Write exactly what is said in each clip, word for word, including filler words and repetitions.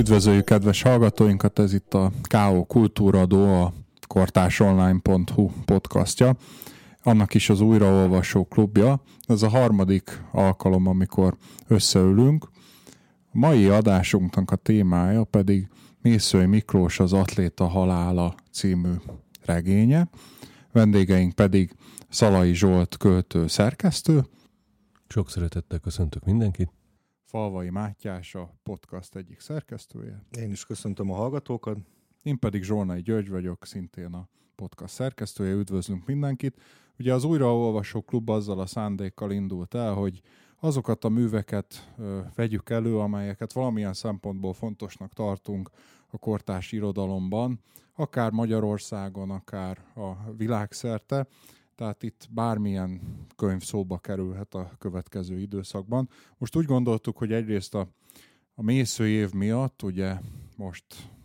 Üdvözöljük kedves hallgatóinkat, ez itt a ká o Kultúradó, a kortársonline pont hu podcastja, annak is az újraolvasó klubja. Ez a harmadik alkalom, amikor összeülünk. A mai adásunknak a témája pedig Mészöly Miklós az Atléta halála című regénye. Vendégeink pedig Szalai Zsolt költő, szerkesztő. Sok szeretettel köszöntök mindenkit. Falvai Mátyás, a podcast egyik szerkesztője. Én is köszöntöm a hallgatókat. Én pedig Zsolnai György vagyok, szintén a podcast szerkesztője. Üdvözlünk mindenkit. Ugye az újraolvasó klub azzal a szándékkal indult el, hogy azokat a műveket ö, vegyük elő, amelyeket valamilyen szempontból fontosnak tartunk a kortárs irodalomban, akár Magyarországon, akár a világszerte. Tehát itt bármilyen könyv szóba kerülhet a következő időszakban. Most úgy gondoltuk, hogy egyrészt a, a Mészöly év miatt, ugye most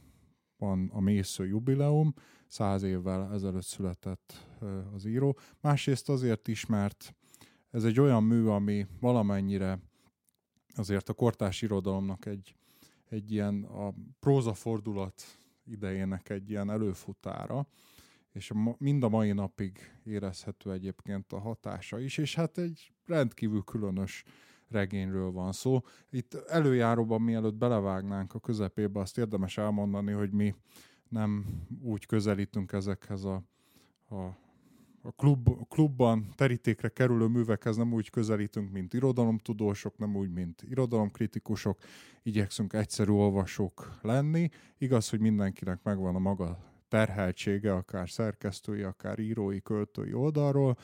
van a Mészöly jubileum, száz évvel ezelőtt született az író. Másrészt azért is, mert ez egy olyan mű, ami valamennyire azért a kortárs irodalomnak egy, egy ilyen a prózafordulat idejének egy ilyen előfutára, és mind a mai napig érezhető egyébként a hatása is, és hát egy rendkívül különös regényről van szó. Itt előjáróban, mielőtt belevágnánk a közepébe, azt érdemes elmondani, hogy mi nem úgy közelítünk ezekhez a, a, a klub, klubban terítékre kerülő művekhez, nem úgy közelítünk, mint irodalomtudósok, nem úgy, mint irodalomkritikusok. Igyekszünk egyszerű olvasók lenni. Igaz, hogy mindenkinek megvan a maga terheltsége, akár szerkesztői, akár írói, költői oldalról.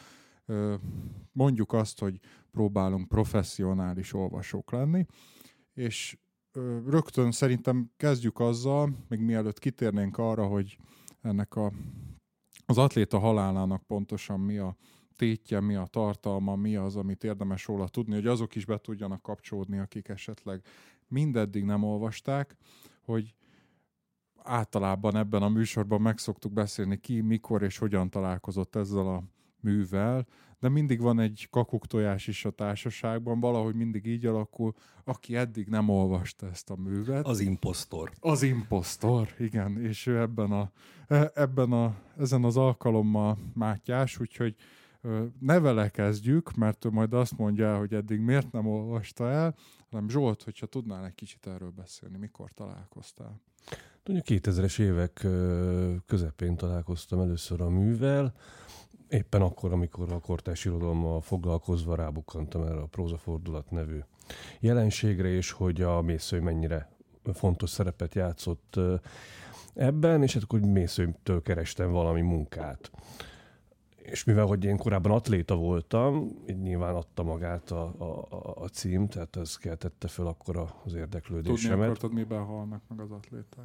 Mondjuk azt, hogy próbálunk professzionális olvasók lenni, és rögtön szerintem kezdjük azzal, még mielőtt kitérnénk arra, hogy ennek a, az atléta halálának pontosan mi a tétje, mi a tartalma, mi az, amit érdemes róla tudni, hogy azok is be tudjanak kapcsolódni, akik esetleg mindeddig nem olvasták, hogy általában ebben a műsorban meg szoktuk beszélni ki, mikor és hogyan találkozott ezzel a művel, de mindig van egy kakuktojás is a társaságban, valahogy mindig így alakul, aki eddig nem olvasta ezt a művet. Az imposztor. Az imposztor, igen, és ő ebben a, ebben a, ezen az alkalommal Mátyás, úgyhogy ne vele kezdjük, mert ő majd azt mondja, hogy eddig miért nem olvasta el, hanem Zsolt, hogyha tudnál egy kicsit erről beszélni, mikor találkoztál? Tudjuk, kétezres évek közepén találkoztam először a művel, éppen akkor, amikor a kortárs irodalommal foglalkozva rábukkantam erre a prózafordulat nevű jelenségre, és hogy a Mészöly mennyire fontos szerepet játszott ebben, és hát akkor Mészölytől kerestem valami munkát. És mivel, hogy én korábban atléta voltam, így nyilván adta magát a, a, a cím, tehát ez keltette fel akkor az érdeklődésemet. Tudni akartad, miben halnak meg az atléták?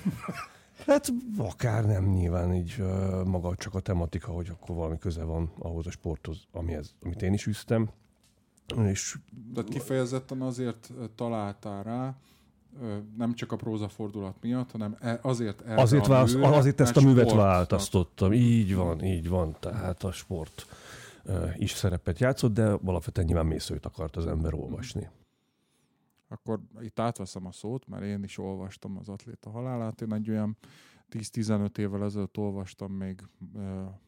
Hát akár nem nyilván így uh, maga csak a tematika, hogy akkor valami köze van ahhoz a sporthoz, amihez, amit én is üztem. És de kifejezetten azért találtál rá, nem csak a prózafordulat miatt, hanem azért erre azért, a válasz, műre, azért ezt a művet sportnak változtattam. Így van, így van. Tehát a sport uh, is szerepet játszott, de alapvetően nyilván Mészölyt akart az ember olvasni. Akkor itt átveszem a szót, mert én is olvastam az Atléta halálát. Én egy olyan tíz-tizenöt évvel ezelőtt olvastam még, uh,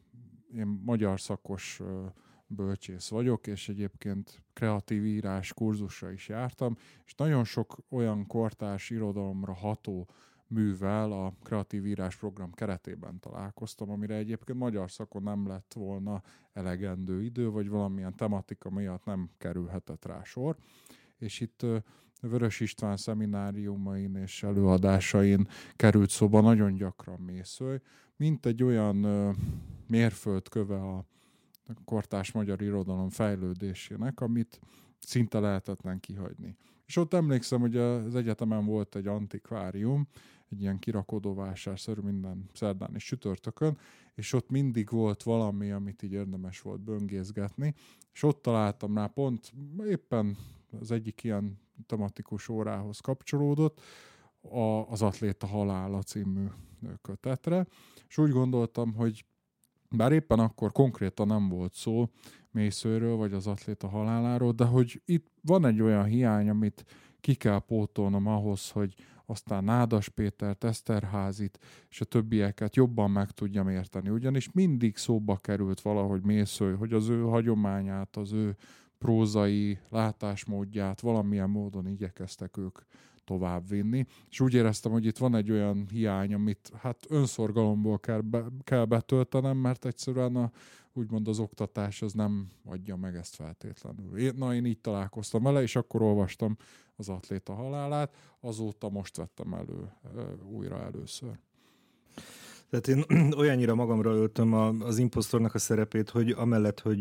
én magyar szakos uh, bölcsész vagyok, és egyébként kreatív írás kurzusra is jártam, és nagyon sok olyan kortárs irodalomra ható művel a kreatív írás program keretében találkoztam, amire egyébként magyar szakon nem lett volna elegendő idő, vagy valamilyen tematika miatt nem kerülhetett rá sor. És itt Vörös István szemináriumain és előadásain került szóba nagyon gyakran Mészöly, mint egy olyan mérföldköve a kortárs magyar irodalom fejlődésének, amit szinte lehetetlen kihagyni. És ott emlékszem, hogy az egyetemen volt egy antikvárium, egy ilyen kirakodóvásárszerű minden szerdán és csütörtökön, és ott mindig volt valami, amit így érdemes volt böngészgetni, és ott találtam rá pont, éppen az egyik ilyen tematikus órához kapcsolódott, a, az Atléta halála című kötetre, és úgy gondoltam, hogy bár éppen akkor konkrétan nem volt szó Mészölyről, vagy az atléta haláláról, de hogy itt van egy olyan hiány, amit ki kell pótolnom ahhoz, hogy aztán Nádas Pétert, Eszterházit és a többieket jobban meg tudjam érteni. Ugyanis mindig szóba került valahogy Mészöly, hogy az ő hagyományát, az ő prózai látásmódját valamilyen módon igyekeztek ők továbbvinni. És úgy éreztem, hogy itt van egy olyan hiány, amit hát önszorgalomból kell, be, kell betöltenem, mert egyszerűen a, úgymond az oktatás az nem adja meg ezt feltétlenül. Én, na, én így találkoztam vele, és akkor olvastam az Atléta halálát, azóta most vettem elő újra először. Tehát én olyannyira magamra öltöm az imposztornak a szerepét, hogy amellett, hogy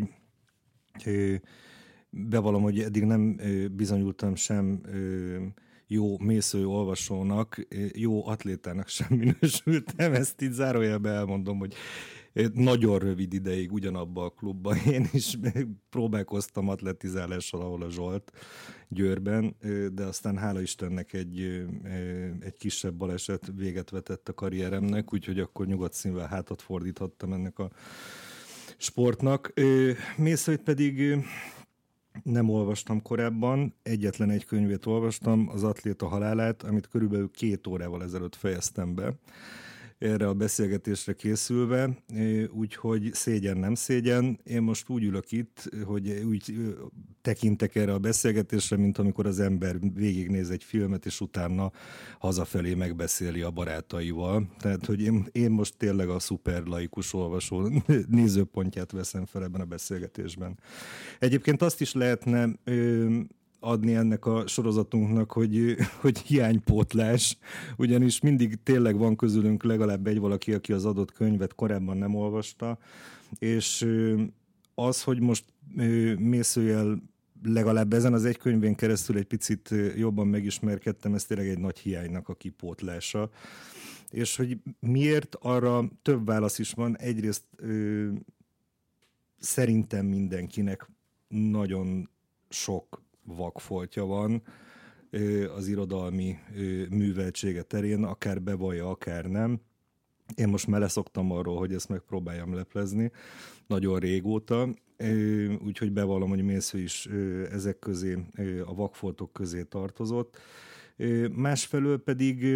bevallom, hogy eddig nem bizonyultam sem jó Mészöly olvasónak, jó atlétának sem minősültem, ezt így zárójelben elmondom, hogy nagyon rövid ideig ugyanabban a klubban én is próbálkoztam atletizálással, ahol a Zsolt Győrben, de aztán hála Istennek egy, egy kisebb baleset véget vetett a karrieremnek, úgyhogy akkor nyugodt színvel hátat fordíthattam ennek a sportnak. Mészölyt pedig nem olvastam korábban, egyetlen egy könyvét olvastam, az Atléta halálát, amit körülbelül két órával ezelőtt fejeztem be erre a beszélgetésre készülve, úgyhogy szégyen nem szégyen. Én most úgy ülök itt, hogy úgy tekintek erre a beszélgetésre, mint amikor az ember végignéz egy filmet, és utána hazafelé megbeszéli a barátaival. Tehát, hogy én, én most tényleg a szuper laikus olvasó nézőpontját veszem fel ebben a beszélgetésben. Egyébként azt is lehetne ö, adni ennek a sorozatunknak, hogy, hogy hiánypótlás, ugyanis mindig tényleg van közülünk legalább egy valaki, aki az adott könyvet korábban nem olvasta, és az, hogy most Mészöllyel legalább ezen az egy könyvén keresztül egy picit jobban megismerkedtem, ez tényleg egy nagy hiánynak a kipótlása. És hogy miért, arra több válasz is van. Egyrészt ö, szerintem mindenkinek nagyon sok vakfoltja van az irodalmi műveltsége terén, akár bevallja, akár nem. Én most már leszoktam arról, hogy ezt megpróbáljam leplezni, nagyon régóta, úgyhogy bevallom, hogy Mészöly is ezek közé, a vakfoltok közé tartozott. Másfelől pedig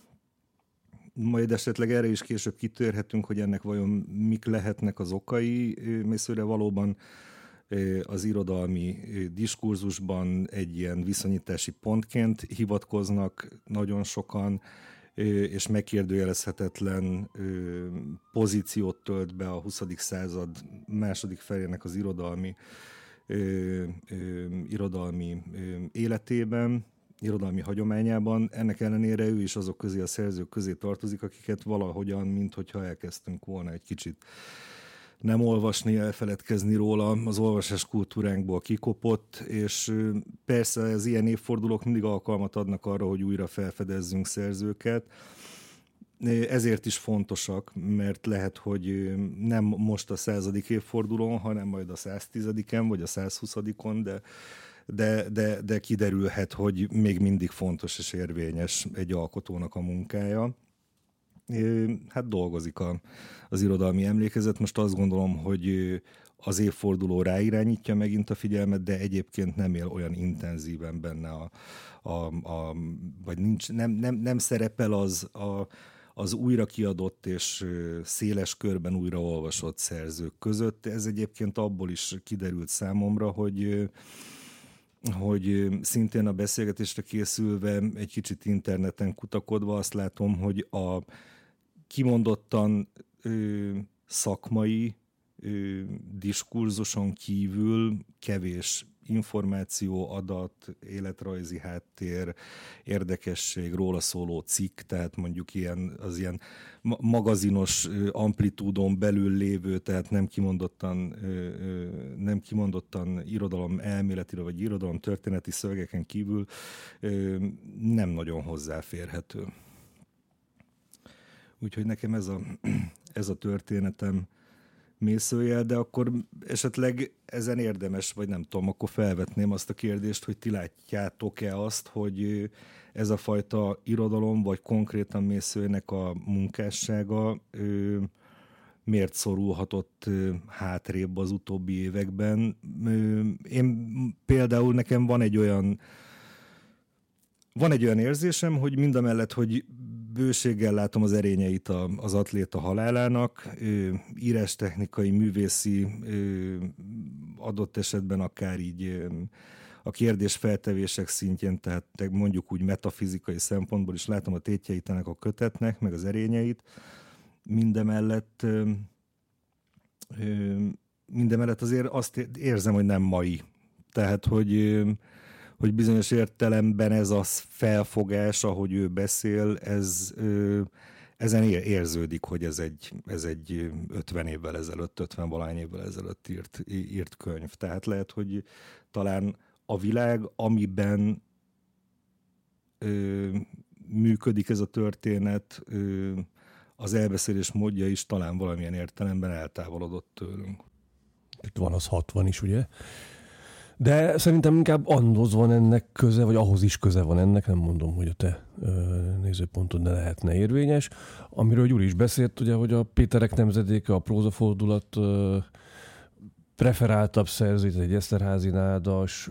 majd esetleg erre is később kitérhetünk, hogy ennek vajon mik lehetnek az okai. Mészölyre valóban az irodalmi diskurzusban egy ilyen viszonyítási pontként hivatkoznak nagyon sokan, és megkérdőjelezhetetlen pozíciót tölt be a huszadik század második felének az irodalmi, irodalmi életében, irodalmi hagyományában. Ennek ellenére ő is azok közé, a szerzők közé tartozik, akiket valahogyan, minthogyha elkezdtünk volna egy kicsit nem olvasni, elfeledkezni róla, az olvasás kultúránkból kikopott, és persze az ilyen évfordulók mindig alkalmat adnak arra, hogy újra felfedezzünk szerzőket. Ezért is fontosak, mert lehet, hogy nem most a századik évfordulón, hanem majd a száztizediken vagy a százhuszadikon, de, de, de, de kiderülhet, hogy még mindig fontos és érvényes egy alkotónak a munkája. Hát dolgozik a, az irodalmi emlékezet. Most azt gondolom, hogy az évforduló ráirányítja megint a figyelmet, de egyébként nem él olyan intenzíven benne, a, a, a, vagy nincs, nem, nem, nem szerepel az, a, az újra kiadott és széles körben újraolvasott szerzők között. Ez egyébként abból is kiderült számomra, hogy hogy szintén a beszélgetésre készülve, egy kicsit interneten kutakodva azt látom, hogy a kimondottan ö, szakmai ö, diskurzuson kívül kevés információ, adat, életrajzi háttér, érdekesség, róla szóló cikk, tehát mondjuk ilyen, az ilyen magazinos amplitúdon belül lévő, tehát nem kimondottan, nem kimondottan irodalom elméleti vagy irodalom történeti szövegeken kívül nem nagyon hozzáférhető. Úgyhogy nekem ez a, ez a történetem Mészöllyel, de akkor esetleg ezen érdemes, vagy nem tudom, akkor felvetném azt a kérdést, hogy ti látjátok-e azt, hogy ez a fajta irodalom, vagy konkrétan Mészölynek a munkássága ö, miért szorulhatott ö, hátrébb az utóbbi években. Ö, én például nekem van egy olyan van egy olyan érzésem, hogy mindamellett, hogy bőséggel látom az erényeit az atléta halálának, írástechnikai, művészi, adott esetben akár így a kérdésfeltevések szintjén, tehát mondjuk úgy metafizikai szempontból is látom a tétjeit ennek a kötetnek, meg az erényeit. Mindemellett, mindemellett azért azt érzem, hogy nem mai. Tehát, hogy, hogy bizonyos értelemben ez a felfogás, ahogy ő beszél, ez, ezen érződik, hogy ez egy, ez egy ötven évvel ezelőtt, ötven valány évvel ezelőtt írt, írt könyv. Tehát lehet, hogy talán a világ, amiben ö, működik ez a történet, ö, az elbeszélés módja is talán valamilyen értelemben eltávolodott tőlünk. Itt van az hatvan is, ugye? De szerintem inkább ahhoz van ennek köze, vagy ahhoz is köze van ennek, nem mondom, hogy a te ö, nézőpontod ne lehetne érvényes. Amiről Gyuri is beszélt, ugye, hogy a Péterek nemzedéke, a prózafordulat ö, preferáltabb szerzőt, egy Eszterházy nádas,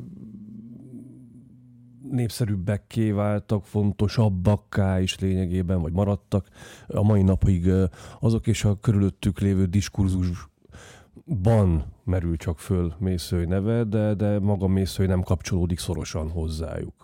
népszerűbbekké váltak, fontosabbakká is lényegében, vagy maradtak a mai napig azok, és a körülöttük lévő diskurzusban merül csak föl Mészöly neve, de, de maga Mészöly nem kapcsolódik szorosan hozzájuk.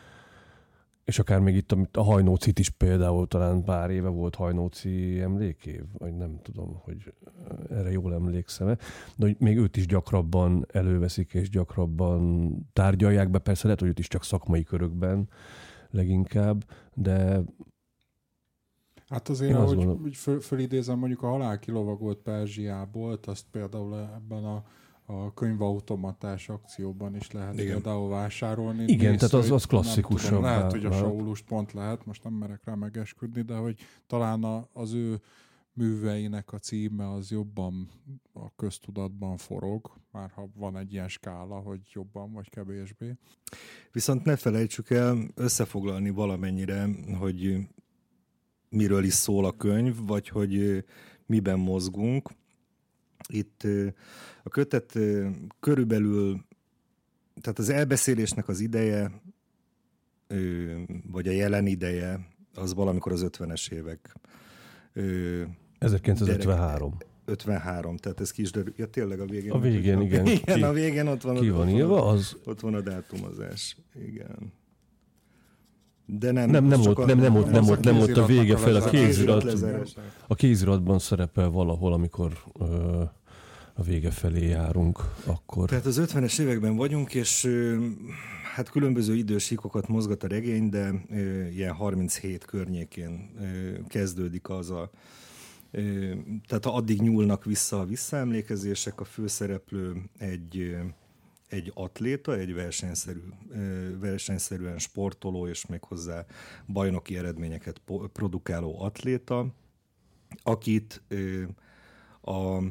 És akár még itt a, a Hajnócit is például talán pár éve volt Hajnóci emlékév, vagy nem tudom, hogy erre jól emlékszem-e, de hogy még őt is gyakrabban előveszik, és gyakrabban tárgyalják be, persze lehet, hogy őt is csak szakmai körökben leginkább, de hát azért, ahogy mondom, föl, fölidézem mondjuk a Halál kilovagolt Perzsiából, azt például ebben a a könyvautomatás akcióban is lehet például vásárolni. Igen, Mész, tehát az, az klasszikusabb. Lehet, hogy a Saulust pont lehet, most nem merek rá megesküdni, de hogy talán a, az ő műveinek a címe az jobban a köztudatban forog, már ha van egy ilyen skála, hogy jobban vagy kevésbé. Viszont ne felejtsük el összefoglalni valamennyire, hogy miről is szól a könyv, vagy hogy miben mozgunk. Itt a kötet körülbelül, tehát az elbeszélésnek az ideje, vagy a jelen ideje, az valamikor az ötvenes évek. ezerkilencszázötvenhárom. ötvenhárom, tehát ez ki is derül. Ja, tényleg a végén. A végén, ott, igen. Igen, ki, a végén ott van. Ki van írva, az... Ott van a dátumozás, igen. De nem, nem, nem, volt, a, nem, nem, ott, nem, ott, nem ott a vége fel, a kézirat, kézirat a kéziratban szerepel valahol, amikor ö, a vége felé járunk, akkor. Tehát az ötvenes években vagyunk, és ö, hát különböző idősíkokat mozgat a regény, de ö, ilyen harminchét környékén ö, kezdődik az a, ö, tehát addig nyúlnak vissza a visszaemlékezések, a főszereplő egy ö, egy atléta, egy versenyszerű, versenyszerűen sportoló, és méghozzá bajnoki eredményeket produkáló atléta, akit a,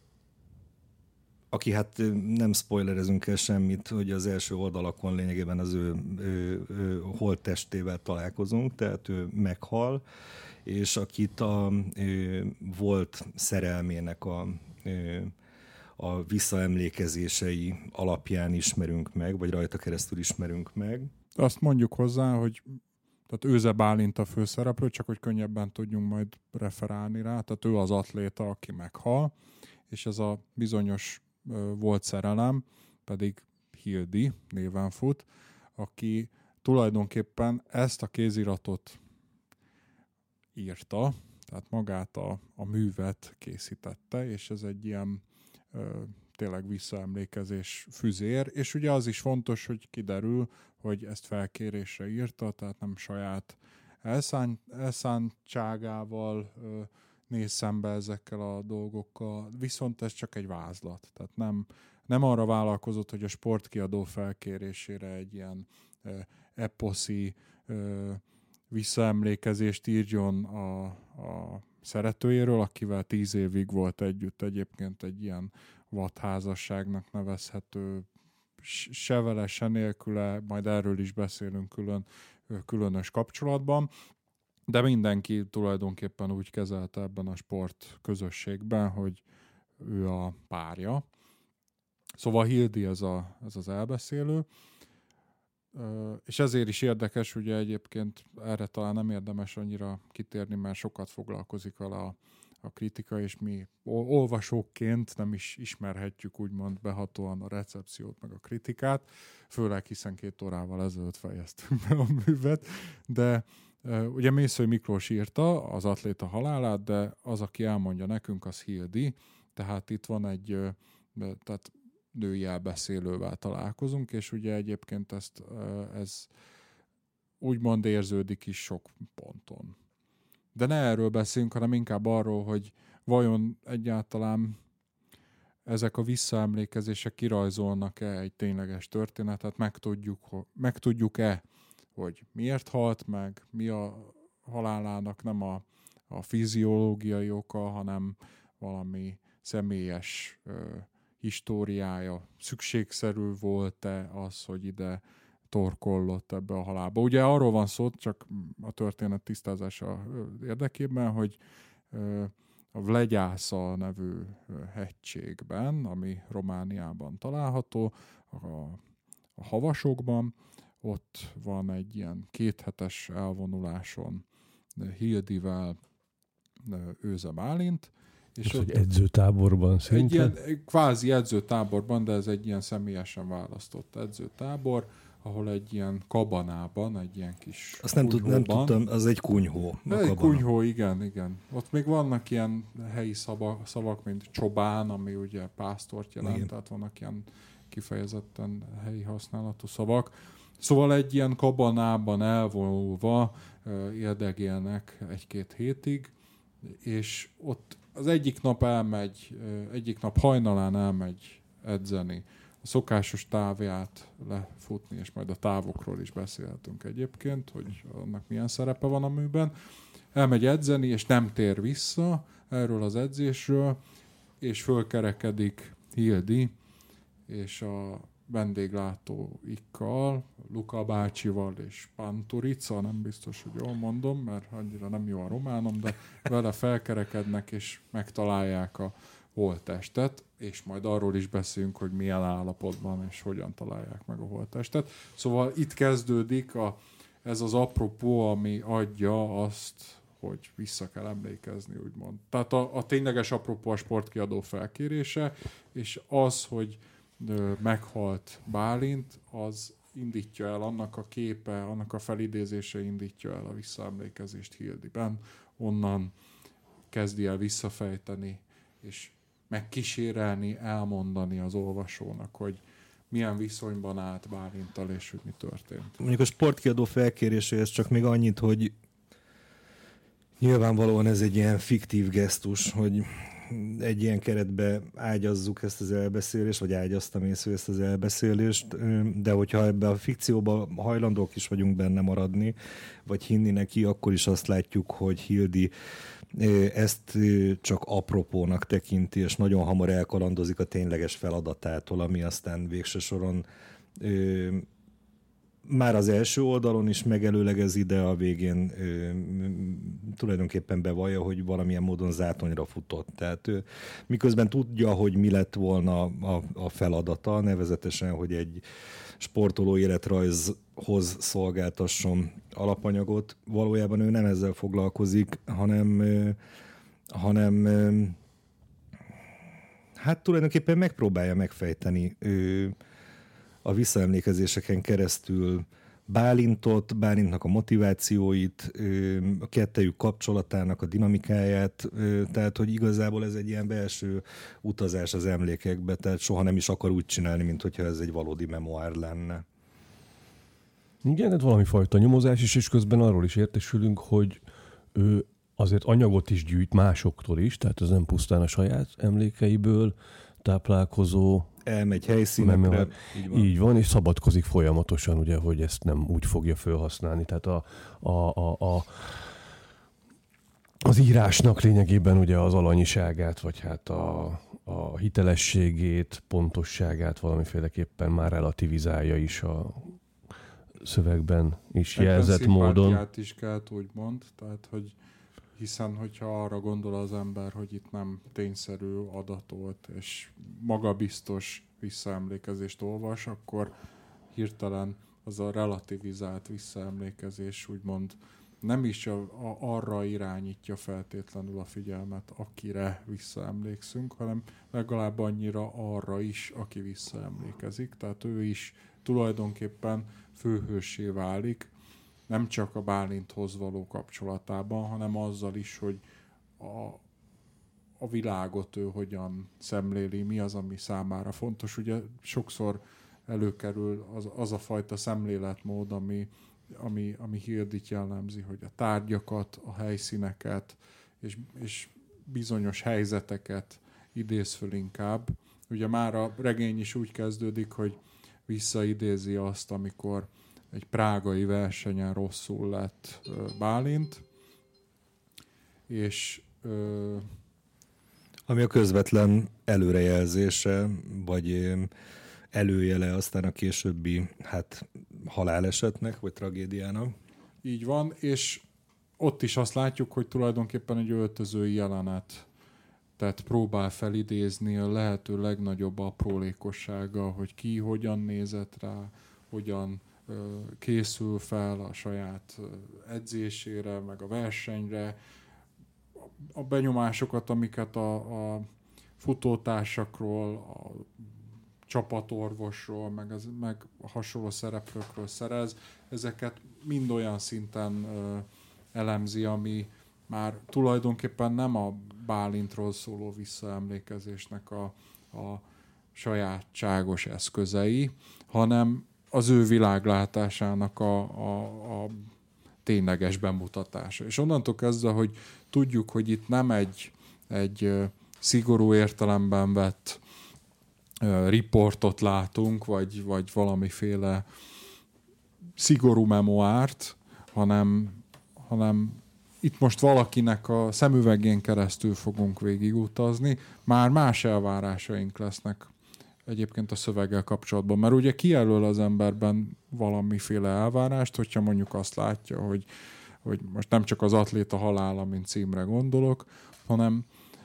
aki hát nem spoilerezünk el semmit, hogy az első oldalakon lényegében az ő, ő, ő holttestével találkozunk, tehát ő meghal, és akit a ő, volt szerelmének a ő, a visszaemlékezései alapján ismerünk meg, vagy rajta keresztül ismerünk meg. Azt mondjuk hozzá, hogy tehát Őze Bálint a főszereplő, csak hogy könnyebben tudjunk majd referálni rá. Tehát ő az atléta, aki meghal, és ez a bizonyos ö, volt szerelem, pedig Hildi néven fut, aki tulajdonképpen ezt a kéziratot írta, tehát magát a, a művet készítette, és ez egy ilyen tényleg visszaemlékezés füzér, és ugye az is fontos, hogy kiderül, hogy ezt felkérésre írta, tehát nem saját elszánt, elszántságával ö, néz szembe ezekkel a dolgokkal, viszont ez csak egy vázlat, tehát nem, nem arra vállalkozott, hogy a sportkiadó felkérésére egy ilyen ö, eposzi ö, visszaemlékezést írjon a, a szeretőjéről, akivel tíz évig volt együtt, egyébként egy ilyen vadházasságnak nevezhető, se vele, se nélküle, majd erről is beszélünk külön, különös kapcsolatban, de mindenki tulajdonképpen úgy kezelte ebben a sport közösségben, hogy ő a párja. Szóval Hildi ez, a, ez az elbeszélő. és ezért is érdekes, ugye egyébként erre talán nem érdemes annyira kitérni, mert sokat foglalkozik vele a, a kritika, és mi olvasóként nem is ismerhetjük úgymond behatóan a recepciót meg a kritikát, főleg hiszen két órával ezelőtt fejeztünk be a művet, de ugye Mészöly Miklós írta az atléta halálát, de az, aki elmondja nekünk, az Hildi, tehát itt van egy, tehát női elbeszélővel találkozunk, és ugye egyébként ezt, ez úgymond érződik is sok ponton. De ne erről beszélünk, hanem inkább arról, hogy vajon egyáltalán ezek a visszaemlékezések kirajzolnak-e egy tényleges történetet, megtudjuk, megtudjuk-e, hogy miért halt meg, mi a halálának nem a, a fiziológiai oka, hanem valami személyes ö, históriája. Szükségszerű volt-e az, hogy ide torkollott ebbe a halálba. Ugye arról van szó, csak a történet tisztázása érdekében, hogy ö, a Vlegyásza nevű hegységben, ami Romániában található, a, a havasokban, ott van egy ilyen kéthetes elvonuláson Hildivel Őze Bálint. És egy edzőtáborban szinte? Egy ilyen kvázi edzőtáborban, de ez egy ilyen személyesen választott edzőtábor, ahol egy ilyen kabanában, egy ilyen kis Azt nem, tud, nem tudtam, az egy kunyhó. Egy kunyhó, igen, igen. Ott még vannak ilyen helyi szavak, szavak, mint csobán, ami ugye pásztort jelent, igen. Tehát vannak ilyen kifejezetten helyi használatú szavak. Szóval egy ilyen kabanában elvonulva érdegélnek egy-két hétig, és ott az egyik nap elmegy, egyik nap hajnalán elmegy edzeni, a szokásos távját lefutni, és majd a távokról is beszélhetünk egyébként, hogy annak milyen szerepe van a műben. Elmegy edzeni, és nem tér vissza erről az edzésről, és fölkerekedik Hildi, és a vendéglátóikkal, Luka bácsival és Panturica, nem biztos, hogy jól mondom, mert annyira nem jó a románom, de vele felkerekednek és megtalálják a holttestet, és majd arról is beszélünk, hogy milyen állapotban és hogyan találják meg a holttestet. Szóval itt kezdődik a, ez az apropó, ami adja azt, hogy vissza kell emlékezni, úgymond. Tehát a, a tényleges apropó a sportkiadó felkérése, és az, hogy meghalt Bálint, az indítja el annak a képe, annak a felidézése indítja el a visszaemlékezést Hildiben. Onnan kezdi el visszafejteni, és megkísérelni, elmondani az olvasónak, hogy milyen viszonyban állt Bálinttal, és hogy mi történt. Mondjuk a sportkiadó felkéréséhez csak még annyit, hogy nyilvánvalóan ez egy ilyen fiktív gesztus, hogy egy ilyen keretbe ágyazzuk ezt az elbeszélést, vagy ágyaztam észre ezt az elbeszélést, de hogyha ebbe a fikcióba hajlandók is vagyunk benne maradni, vagy hinni neki, akkor is azt látjuk, hogy Hildi ezt csak apropónak tekinti, és nagyon hamar elkalandozik a tényleges feladatától, ami aztán végső soron már az első oldalon is megelőlegezi, de a végén ö, tulajdonképpen bevallja, hogy valamilyen módon zátonyra futott. Tehát ö, miközben tudja, hogy mi lett volna a, a feladata, nevezetesen, hogy egy sportoló életrajzhoz szolgáltasson alapanyagot, valójában ő nem ezzel foglalkozik, hanem, ö, hanem ö, hát tulajdonképpen megpróbálja megfejteni ö, a visszaemlékezéseken keresztül Bálintot, Bálintnak a motivációit, a kettejük kapcsolatának a dinamikáját, tehát hogy igazából ez egy ilyen belső utazás az emlékekbe, tehát soha nem is akar úgy csinálni, mint hogyha ez egy valódi memoár lenne. Igen, ez valami fajta nyomozás is, és közben arról is értesülünk, hogy ő azért anyagot is gyűjt másoktól is, tehát ez nem pusztán a saját emlékeiből táplálkozó, elmegy helyszínekre. Így van. Így van, és szabadkozik folyamatosan, ugye, hogy ezt nem úgy fogja felhasználni. Tehát a, a, a, a, az írásnak lényegében ugye az alanyiságát, vagy hát a, a hitelességét, pontosságát valamiféleképpen már relativizálja is a szövegben is jelzett módon. is kell, úgymond, tehát hogy hiszen, hogyha arra gondol az ember, hogy itt nem tényszerű adat volt, és magabiztos visszaemlékezést olvas, akkor hirtelen az a relativizált visszaemlékezés úgymond nem is a, a, arra irányítja feltétlenül a figyelmet, akire visszaemlékszünk, hanem legalább annyira arra is, aki visszaemlékezik. Tehát ő is tulajdonképpen főhőssé válik, nem csak a Bálinthoz való kapcsolatában, hanem azzal is, hogy a, a világot ő hogyan szemléli, mi az, ami számára fontos. Ugye sokszor előkerül az, az a fajta szemléletmód, ami, ami, ami Hildit jellemzi, hogy a tárgyakat, a helyszíneket és, és bizonyos helyzeteket idéz föl inkább. Ugye már a regény is úgy kezdődik, hogy visszaidézi azt, amikor egy prágai versenyen rosszul lett Bálint, és ö, ami a közvetlen előrejelzése, vagy előjele aztán a későbbi hát, halálesetnek, vagy tragédiának. Így van, és ott is azt látjuk, hogy tulajdonképpen egy öltözői jelenet, tehát próbál felidézni a lehető legnagyobb aprólékossággal, hogy ki hogyan nézett rá, hogyan ö, készül fel a saját edzésére, meg a versenyre, a benyomásokat, amiket a, a futótársakról, a csapatorvosról, meg, az, meg a hasonló szereplőkről szerez, ezeket mind olyan szinten ö, elemzi, ami már tulajdonképpen nem a Bálintról szóló visszaemlékezésnek a, a sajátságos eszközei, hanem az ő világlátásának a, a, a tényleges bemutatása. És onnantól kezdve, hogy tudjuk, hogy itt nem egy, egy szigorú értelemben vett riportot látunk, vagy, vagy valamiféle szigorú memoárt, hanem, hanem itt most valakinek a szemüvegén keresztül fogunk végigutazni, már más elvárásaink lesznek egyébként a szöveggel kapcsolatban, mert ugye kijelöl az emberben valamiféle elvárást, hogyha mondjuk azt látja, hogy, hogy most nem csak az atléta halála, mint címre gondolok, hanem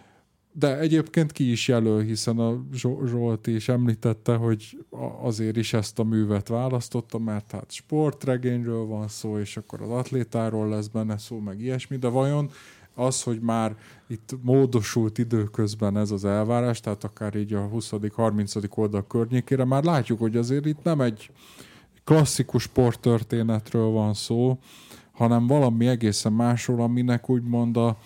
de egyébként ki is jelöl, hiszen a Zsolt is említette, hogy azért is ezt a művet választotta, mert hát sportregényről van szó, és akkor az atlétáról lesz benne szó, meg ilyesmi, de vajon az, hogy már itt módosult időközben ez az elvárás, tehát akár így a huszadik-harmincadik oldal környékére, már látjuk, hogy azért itt nem egy klasszikus sporttörténetről van szó, hanem valami egészen másról, aminek úgymond a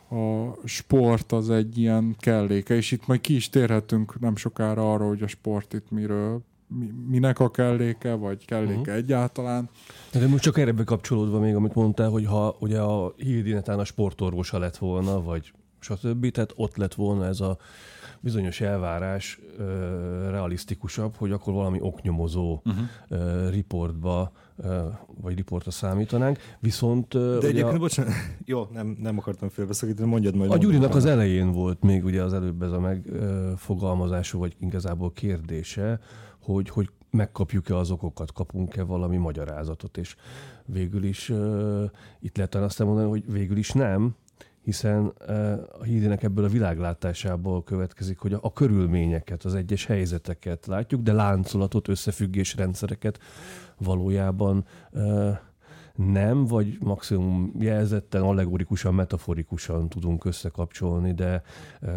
a sport az egy ilyen kelléke, és itt majd ki is térhetünk nem sokára arra, hogy a sport itt miről, mi, minek a kelléke, vagy kelléke uh-huh. egyáltalán. De most csak erre bekapcsolódva még, amit mondtál, hogy ha ugye a Hildi netán a sportorvosa lett volna, vagy stb., tehát ott lett volna ez a bizonyos elvárás ö, realisztikusabb, hogy akkor valami oknyomozó uh-huh. ö, riportba ö, vagy riportra számítanánk. Viszont... Ö, De egyébként, a... bocsánat, jó, nem, nem akartam félbeszakítani, mondjad majd. A Gyurinak az elején volt még ugye az előbb ez a megfogalmazása, vagy igazából kérdése, hogy, hogy megkapjuk-e az okokat, kapunk-e valami magyarázatot, és végül is ö, itt lehet azt mondani, hogy végül is nem, hiszen a Hildinek ebből a világlátásából következik, hogy a, a körülményeket, az egyes helyzeteket látjuk, de láncolatot, összefüggésrendszereket valójában uh, nem, vagy maximum jelzetten, allegorikusan, metaforikusan tudunk összekapcsolni, de uh,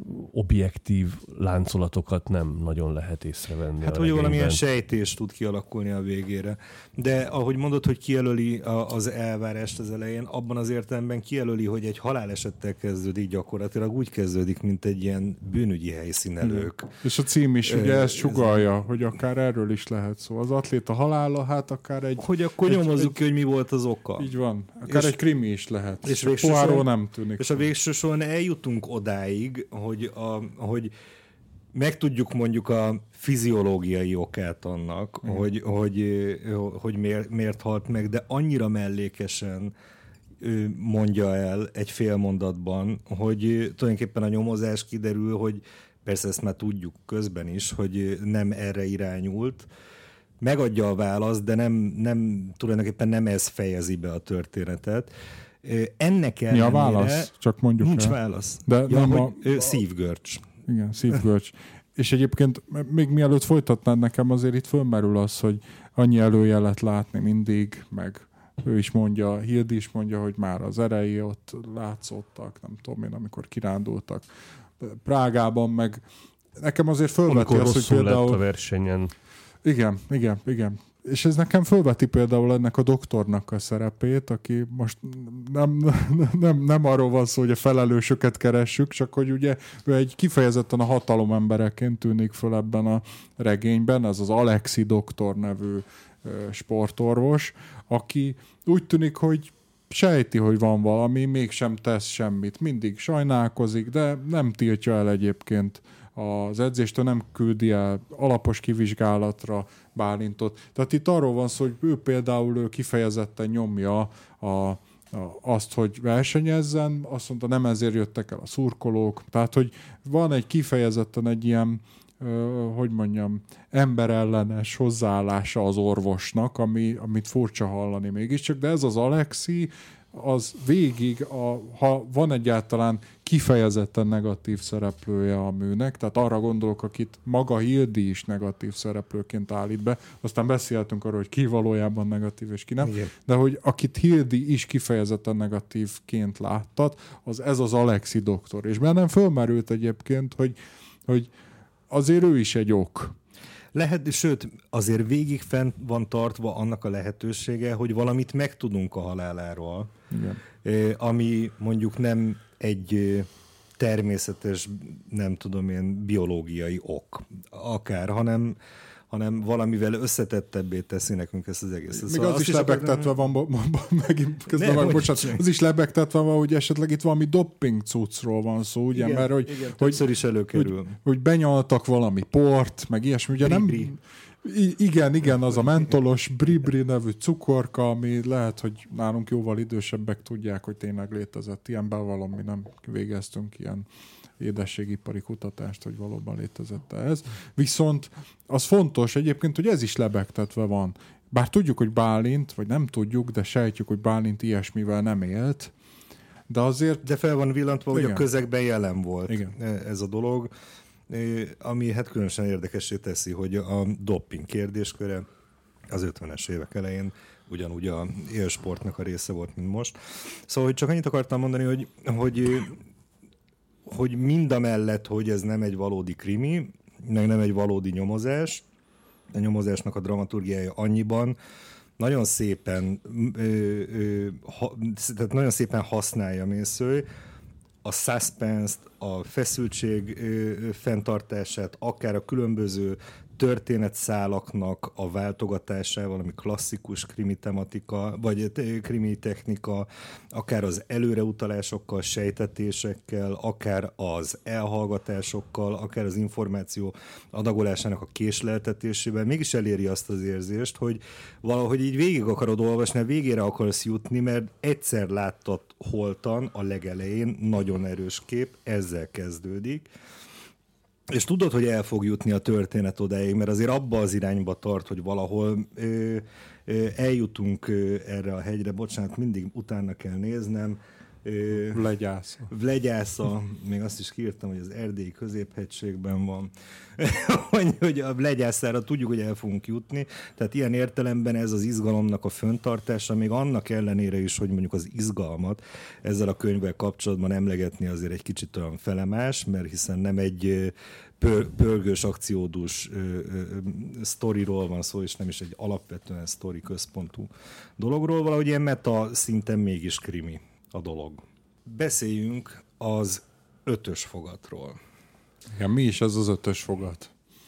objektív láncolatokat nem nagyon lehet észrevenni. Hát, hogy valamilyen sejtés tud kialakulni a végére. De ahogy mondod, hogy kijelöli a, az elvárást az elején, abban az értelemben kijelöli, hogy egy halálesettel kezdődik gyakorlatilag, úgy kezdődik, mint egy ilyen bűnügyi helyszínelők. És a cím is ugye ezt sugallja, hogy akár erről is lehet szó. Az atléta halála, hát akár egy... Hogy akkor egy, nyomozzuk egy, ki, hogy mi volt az oka. Így van. Akár és, egy krimi is lehet. És a Poirot nem tűnik. És a végső soron eljutunk odáig, hogy, a, hogy megtudjuk mondjuk a fiziológiai okát annak, mm. hogy, hogy, hogy miért, miért halt meg, de annyira mellékesen mondja el egy fél mondatban, hogy tulajdonképpen a nyomozás kiderül, hogy persze ezt már tudjuk közben is, hogy nem erre irányult, megadja a választ, de nem, nem, tulajdonképpen nem ez fejezi be a történetet. Ennek ellenére... Mi a válasz? Csak mondjuk Nincs el. válasz. De ja, nem hogy a... szívgörcs. Igen, szívgörcs. és egyébként még mielőtt folytatnád, nekem azért itt fölmerül az, hogy annyi előjelet látni mindig, meg ő is mondja, Hildi is mondja, hogy már az erei ott látszottak, nem tudom én, amikor kirándultak Prágában, meg nekem azért fölveti azt, hogy például... lett a versenyen. Igen, igen, igen. És ez nekem fölveti például ennek a doktornak a szerepét, aki most nem, nem, nem arról van szó, hogy a felelősöket keressük, csak hogy ugye ő egy kifejezetten a hatalom embereként tűnik föl ebben a regényben, ez az Alexi doktor nevű sportorvos, aki úgy tűnik, hogy sejti, hogy van valami, mégsem tesz semmit, mindig sajnálkozik, de nem tiltja el egyébként az edzéstől, nem küldi el alapos kivizsgálatra Bálintot. Tehát itt arról van szó, hogy ő például ő kifejezetten nyomja a, a, azt, hogy versenyezzen, azt mondta, nem ezért jöttek el a szurkolók. Tehát, hogy van egy kifejezetten egy ilyen, hogy mondjam, emberellenes hozzáállása az orvosnak, ami, amit furcsa hallani mégiscsak, de ez az Alexi, az végig, a, ha van egyáltalán kifejezetten negatív szereplője a műnek, tehát arra gondolok, akit maga Hildi is negatív szereplőként állít be, aztán beszéltünk arról, hogy ki valójában negatív és ki nem, igen. De hogy akit Hildi is kifejezetten negatívként láttat, az ez az Alexi doktor. És bennem fölmerült egyébként, hogy, hogy azért ő is egy ok. Lehet, sőt, azért végig fent van tartva annak a lehetősége, hogy valamit megtudunk a haláláról, igen. Ami mondjuk nem egy természetes, nem tudom én, biológiai ok akár, hanem hanem valamivel összetettebbé teszi nekünk ezt az egészet. Még szóval az is lebegtetve akar... van, megint közben van, bocsánat, az is lebegtetve van, hogy esetleg itt valami dopping cuccról van szó, ugye, igen, mert hogy, igen, hogy, is előkerül. Hogy, hogy benyaltak valami port, meg ilyesmi, ugye nem... I- igen, igen, az a mentolos Bribri nevű cukorka, ami lehet, hogy nálunk jóval idősebbek tudják, hogy tényleg létezett ilyen, bevallom, mi nem végeztünk ilyen édességipari kutatást, hogy valóban létezett ez. Viszont az fontos egyébként, hogy ez is lebegtetve van. Bár tudjuk, hogy Bálint, vagy nem tudjuk, de sejtjük, hogy Bálint ilyesmivel nem élt, de azért... De fel van villantva, igen. Hogy a közegben jelen volt igen. Ez a dolog, ami hát különösen érdekessé teszi, hogy a doping kérdésköre az ötvenes évek elején ugyanúgy a élsportnak a része volt, mint most. Szóval, hogy csak annyit akartam mondani, hogy, hogy hogy mindamellett, hogy ez nem egy valódi krimi, meg nem egy valódi nyomozás, a nyomozásnak a dramaturgiája annyiban nagyon szépen ö, ö, ha, tehát nagyon szépen használja Mészöly a suspense-t, a feszültség ö, fenntartását, akár a különböző történetszálaknak a váltogatásával, ami klasszikus krimi tematika, vagy krimi technika, akár az előreutalásokkal, sejtetésekkel, akár az elhallgatásokkal, akár az információ adagolásának a késleltetésével, mégis eléri azt az érzést, hogy valahogy így végig akarod olvasni, a végére akarsz jutni, mert egyszer láttad holtan a legelején, nagyon erős kép, ezzel kezdődik, és tudod, hogy el fog jutni a történet odáig, mert azért abba az irányba tart, hogy valahol ö, ö, eljutunk ö, erre a hegyre, bocsánat, mindig utána kell néznem. Vlegyásza. Vlegyásza, még azt is kiírtam, hogy az erdélyi középhegységben van, hogy a Vlegyászára tudjuk, hogy el fogunk jutni, tehát ilyen értelemben ez az izgalomnak a föntartása, még annak ellenére is, hogy mondjuk az izgalmat ezzel a könyvvel kapcsolatban emlegetni azért egy kicsit olyan felemás, mert hiszen nem egy pör, pörgős, akciódús ö, ö, sztoriról van szó, és nem is egy alapvetően sztori központú dologról, valahogy ilyen meta szinten mégis krimi a dolog. Beszéljünk az ötös fogatról. Igen, mi is ez az ötös fogat?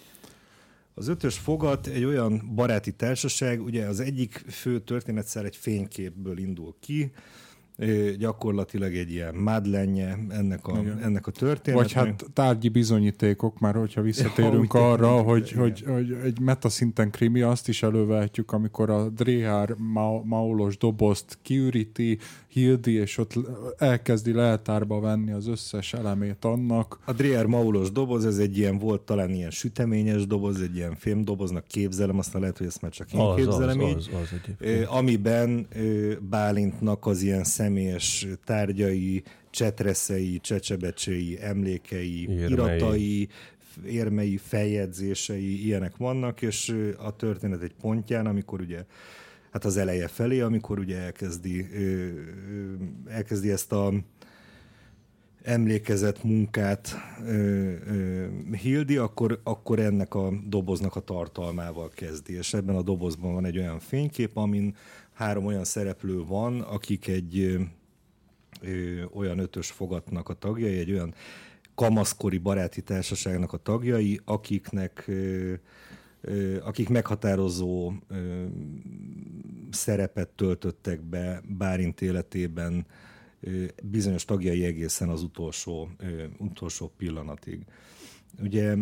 Az ötös fogat egy olyan baráti társaság, ugye az egyik fő történetszál egy fényképből indul ki, gyakorlatilag egy ilyen mádlenje ennek a, ennek a történetnek. Vagy hát tárgyi bizonyítékok, már hogyha visszatérünk ja, arra, hogy, hogy, hogy egy metaszinten krimi, azt is elővehetjük, amikor a Dréhár ma- maulos dobozt kiüríti, Hildi, és ott elkezdi leltárba venni az összes elemét annak. A Dréhár maulos doboz, ez egy ilyen volt, talán ilyen süteményes doboz, egy ilyen fémdoboznak képzelem, aztán lehet, hogy ezt már csak én az, képzelem az, így. Az, az, az amiben Bálintnak az ilyen személyes tárgyai, csetreszei, csecsebecséi, emlékei, Érmei. iratai, érmei, feljegyzései, ilyenek vannak, és a történet egy pontján, amikor ugye, hát az eleje felé, amikor ugye elkezdi, elkezdi ezt a emlékezett munkát ö, ö, Hildi, akkor, akkor ennek a doboznak a tartalmával kezdi. És ebben a dobozban van egy olyan fénykép, amin három olyan szereplő van, akik egy ö, ö, olyan ötös fogatnak a tagjai, egy olyan kamaszkori baráti társaságnak a tagjai, akiknek ö, ö, akik meghatározó ö, szerepet töltöttek be Bálint életében, bizonyos tagjai egészen az utolsó, utolsó pillanatig. Ugye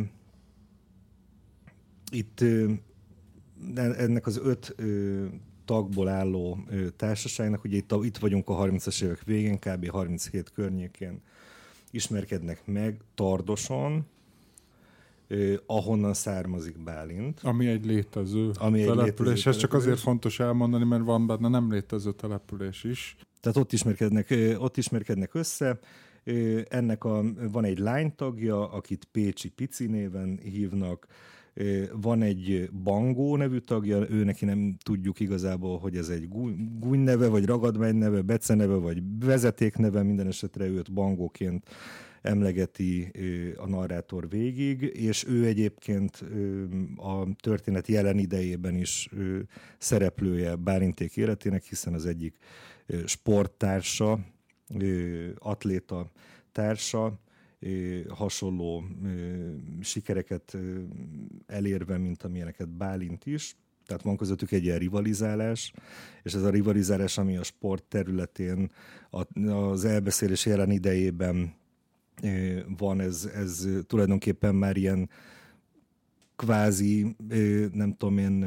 itt ennek az öt tagból álló társaságnak, ugye itt, itt vagyunk a harmincas évek végén, kb. harminchét környékén ismerkednek meg Tardoson, ahonnan származik Bálint. Ami egy létező Ami egy település. létező Ez csak település. azért fontos elmondani, mert van benne nem létező település is. Tehát ott ismerkednek, ott ismerkednek össze. Ennek a, van egy lánytagja, akit Pécsi Pici néven hívnak. Van egy Bangó nevű tagja, ő neki nem tudjuk igazából, hogy ez egy gúny neve, vagy ragadmány neve, bece neve, vagy vezeték neve, minden esetre őt Bangóként emlegeti a narrátor végig, és ő egyébként a történet jelen idejében is szereplője Bálinték életének, hiszen az egyik sporttársa, atléta társa, hasonló sikereket elérve, mint amilyeneket Bálint is. Tehát van közöttük egy ilyen rivalizálás, és ez a rivalizálás, ami a sport területén az elbeszélés jelen idejében van, ez, ez tulajdonképpen már ilyen kvázi, nem tudom én,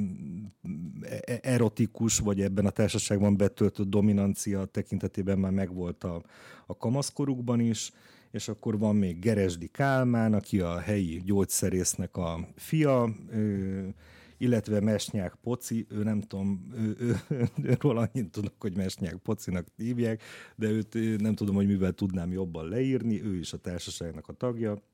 erotikus, vagy ebben a társaságban betöltött dominancia tekintetében már megvolt a, a kamaszkorukban is, és akkor van még Geresdi Kálmán, aki a helyi gyógyszerésznek a fia, illetve Mesnyák Poci, ő nem tudom, ő, ő, őről annyit tudok, hogy Mesnyák Pocinak hívják, de őt nem tudom, hogy mivel tudnám jobban leírni, ő is a társaságnak a tagja.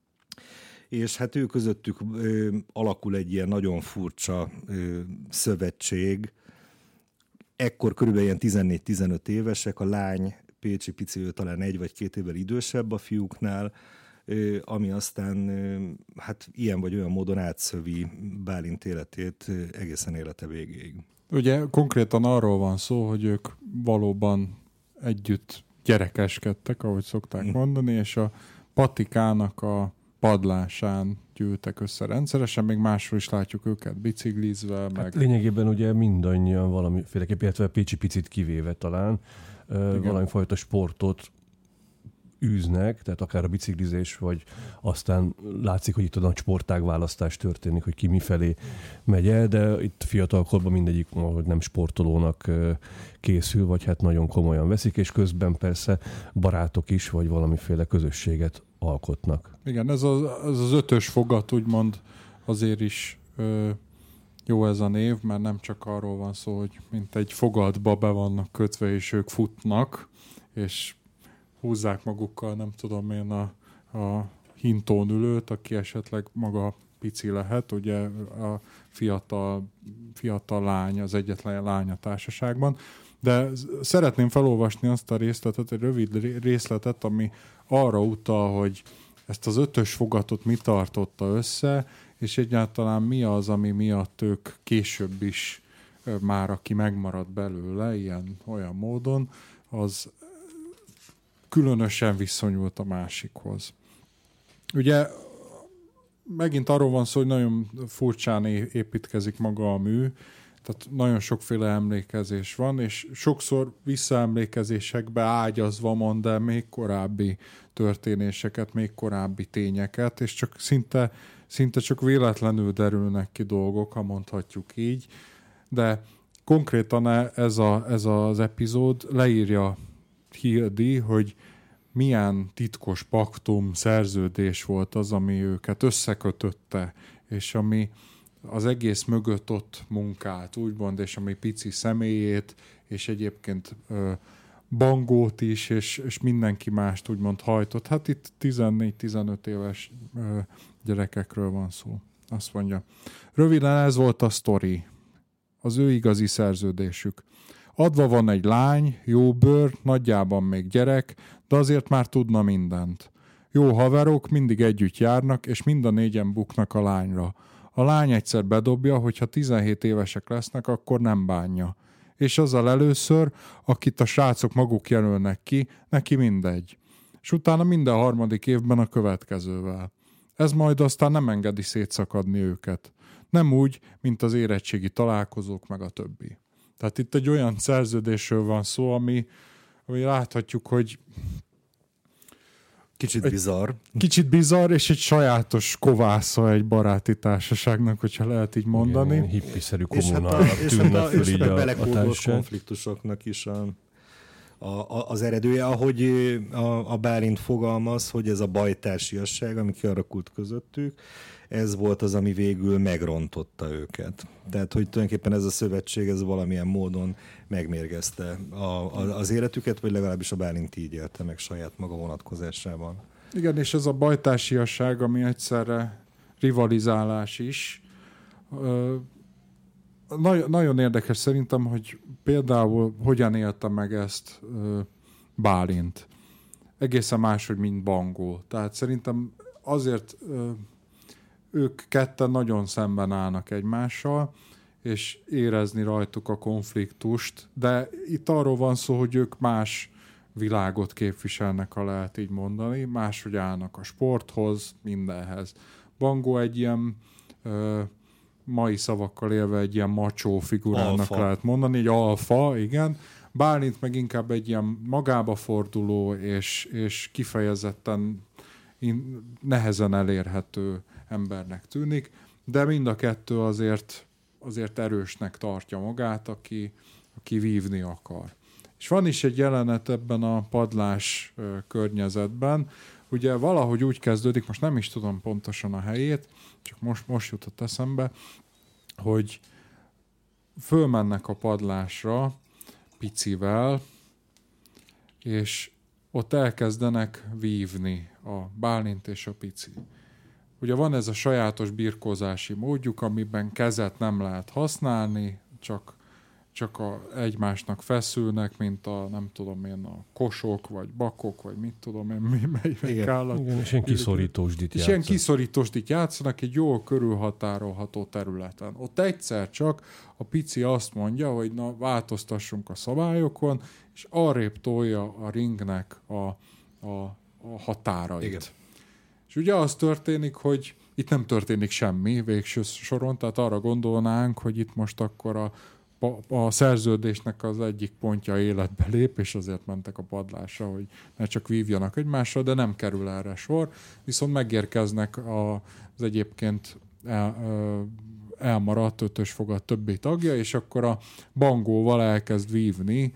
És hát ő közöttük ö, alakul egy ilyen nagyon furcsa ö, szövetség. Ekkor körülbelül ilyen tizennégy-tizenöt évesek, a lány Pécsi Pici, ő talán egy vagy két évvel idősebb a fiúknál, ö, ami aztán ö, hát ilyen vagy olyan módon átszövi Bálint életét ö, egészen élete végéig. Ugye konkrétan arról van szó, hogy ők valóban együtt gyerekeskedtek, ahogy szokták mm. mondani, és a patikának a padlásán gyűltek össze rendszeresen, még máshol is látjuk őket biciklizve. Hát meg... lényegében ugye mindannyian valamiféleképp, illetve Pécsi Picit kivéve talán uh, valamifajta sportot űznek, tehát akár a biciklizés, vagy aztán látszik, hogy itt a nagy sportágválasztás történik, hogy ki mifelé megy el, de itt fiatalkorban mindegyik, hogy nem sportolónak készül, vagy hát nagyon komolyan veszik, és közben persze barátok is, vagy valamiféle közösséget alkotnak. Igen, ez az, ez az ötös fogat úgymond azért is ö, jó ez a név, mert nem csak arról van szó, hogy mint egy fogatba be vannak kötve, és ők futnak, és húzzák magukkal, nem tudom én, a, a hintón ülőt, aki esetleg maga pici lehet, ugye a fiatal, fiatal lány, az egyetlen lány a társaságban. De szeretném felolvasni azt a részletet, egy rövid részletet, ami arra utal, hogy ezt az ötös fogatot mi tartotta össze, és egyáltalán mi az, ami miatt ők később is már, aki megmaradt belőle, ilyen olyan módon, az különösen viszonyult a másikhoz. Ugye megint arról van szó, hogy nagyon furcsán építkezik maga a mű, tehát nagyon sokféle emlékezés van, és sokszor visszaemlékezésekbe ágyazva mond el még korábbi történéseket, még korábbi tényeket, és csak szinte, szinte csak véletlenül derülnek ki dolgok, ha mondhatjuk így, de konkrétan ez, a, ez az epizód leírja Hildi, hogy milyen titkos paktum, szerződés volt az, ami őket összekötötte, és ami az egész mögött ott munkált, úgymond, és ami pici személyét, és egyébként ö, Bangót is, és, és mindenki mást úgymond hajtott. Hát itt tizennégy-tizenöt éves ö, gyerekekről van szó. Azt mondja. Röviden ez volt a sztori. Az ő igazi szerződésük. Adva van egy lány, jó bőr, nagyjában még gyerek, de azért már tudna mindent. Jó haverok, mindig együtt járnak, és mind a négyen buknak a lányra. A lány egyszer bedobja, hogy ha tizenhét évesek lesznek, akkor nem bánja. És azzal először, akit a srácok maguk jelölnek ki, neki mindegy. És utána minden harmadik évben a következővel. Ez majd aztán nem engedi szétszakadni őket. Nem úgy, mint az érettségi találkozók meg a többi. Tehát itt egy olyan szerződésről van szó, ami, ami láthatjuk, hogy Kicsit bizarr. Kicsit bizarr, és egy sajátos kovásza egy baráti társaságnak, hogyha lehet így mondani. Igen, hippiszerű És hát kommunának a, és tűnne hát a, föl és így a a, belekódolt a társaság. konfliktusoknak is a, a, a, az eredője, ahogy a, a Bálint fogalmaz, hogy ez a bajtársiasság, ami kialakult közöttük, ez volt az, ami végül megrontotta őket. Tehát, hogy tulajdonképpen ez a szövetség, ez valamilyen módon megmérgezte a, a, az életüket, vagy legalábbis a Bálint így élte meg saját maga vonatkozásában. Igen, és ez a bajtársiasság, ami egyszerre rivalizálás is. Nagy, nagyon érdekes szerintem, hogy például hogyan élte meg ezt Bálint. Egészen máshogy, mint Bangó. Tehát szerintem azért ők ketten nagyon szemben állnak egymással, és érezni rajtuk a konfliktust, de itt arról van szó, hogy ők más világot képviselnek, ha lehet így mondani, máshogy állnak a sporthoz, mindenhez. Bangó egy ilyen ö, mai szavakkal élve egy ilyen macsó figurának alfa. Lehet mondani, egy alfa, igen. Bálint meg inkább egy ilyen magába forduló és, és kifejezetten in, nehezen elérhető embernek tűnik, de mind a kettő azért, azért erősnek tartja magát, aki, aki vívni akar. És van is egy jelenet ebben a padlás ö, környezetben, ugye valahogy úgy kezdődik, most nem is tudom pontosan a helyét, csak most, most jutott eszembe, hogy fölmennek a padlásra Picivel, és ott elkezdenek vívni a Bálint és a Pici. Ugye van ez a sajátos birkózási módjuk, amiben kezet nem lehet használni, csak, csak a, egymásnak feszülnek, mint a, nem tudom én, a kosok, vagy bakok, vagy mit tudom én, mi melyik állat. Igen, és ilyen kiszorítósdit És ilyen kiszorítósdit játszanak egy jól körülhatárolható területen. Ott egyszer csak a Pici azt mondja, hogy na, változtassunk a szabályokon, és arrébb tolja a ringnek a, a, a határait. Igen. És ugye az történik, hogy itt nem történik semmi végső soron, tehát arra gondolnánk, hogy itt most akkor a, a, a szerződésnek az egyik pontja életbe lép, és azért mentek a padlásra, hogy ne csak vívjanak egymással, de nem kerül erre sor. Viszont megérkeznek a, az egyébként el, elmaradt ötös fogad többi tagja, és akkor a Bangóval elkezd vívni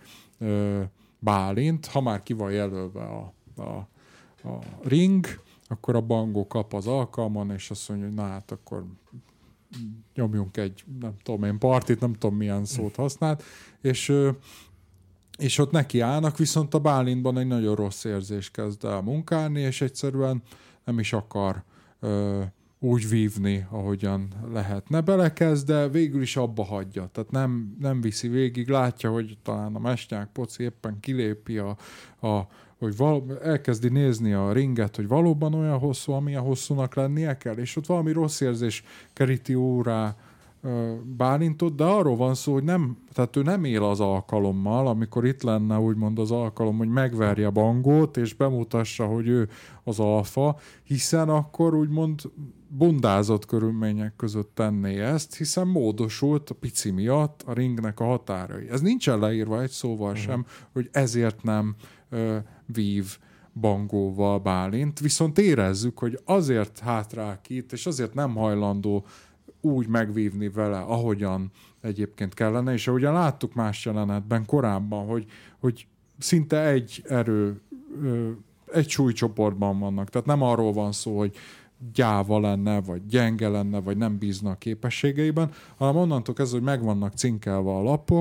Bálint, ha már ki van jelölve a, a, a ring, akkor a Bangó kap az alkalman, és azt mondja, hogy na hát akkor nyomjunk egy, nem tudom én, partit, nem tudom milyen szót használt, és, és ott neki állnak, viszont a Bálintban egy nagyon rossz érzés kezd el munkálni, és egyszerűen nem is akar ö, úgy vívni, ahogyan lehetne. Belekezd, de végül is abba hagyja. Tehát nem, nem viszi végig, látja, hogy talán a Mesnyák Poci éppen kilépi a, a hogy val- elkezdi nézni a ringet, hogy valóban olyan hosszú, amilyen hosszúnak lennie kell, és ott valami rossz érzés keríti órá Bálintot, de arról van szó, hogy nem, tehát ő nem él az alkalommal, amikor itt lenne úgymond az alkalom, hogy megverje Bangót, és bemutassa, hogy ő az alfa, hiszen akkor úgymond bundázott körülmények között tenné ezt, hiszen módosult a Pici miatt a ringnek a határai. Ez nincsen leírva egy szóval sem, uh-huh. hogy ezért nem ö, vív Bangóval Bálint, viszont érezzük, hogy azért hátrákít, és azért nem hajlandó úgy megvívni vele, ahogyan egyébként kellene, és ahogyan láttuk más jelenetben korábban, hogy, hogy szinte egy erő, egy súlycsoportban vannak. Tehát nem arról van szó, hogy gyáva lenne, vagy gyenge lenne, vagy nem bízna a képességeiben, hanem onnantól kezdve, hogy meg vannak cinkelve a lapok,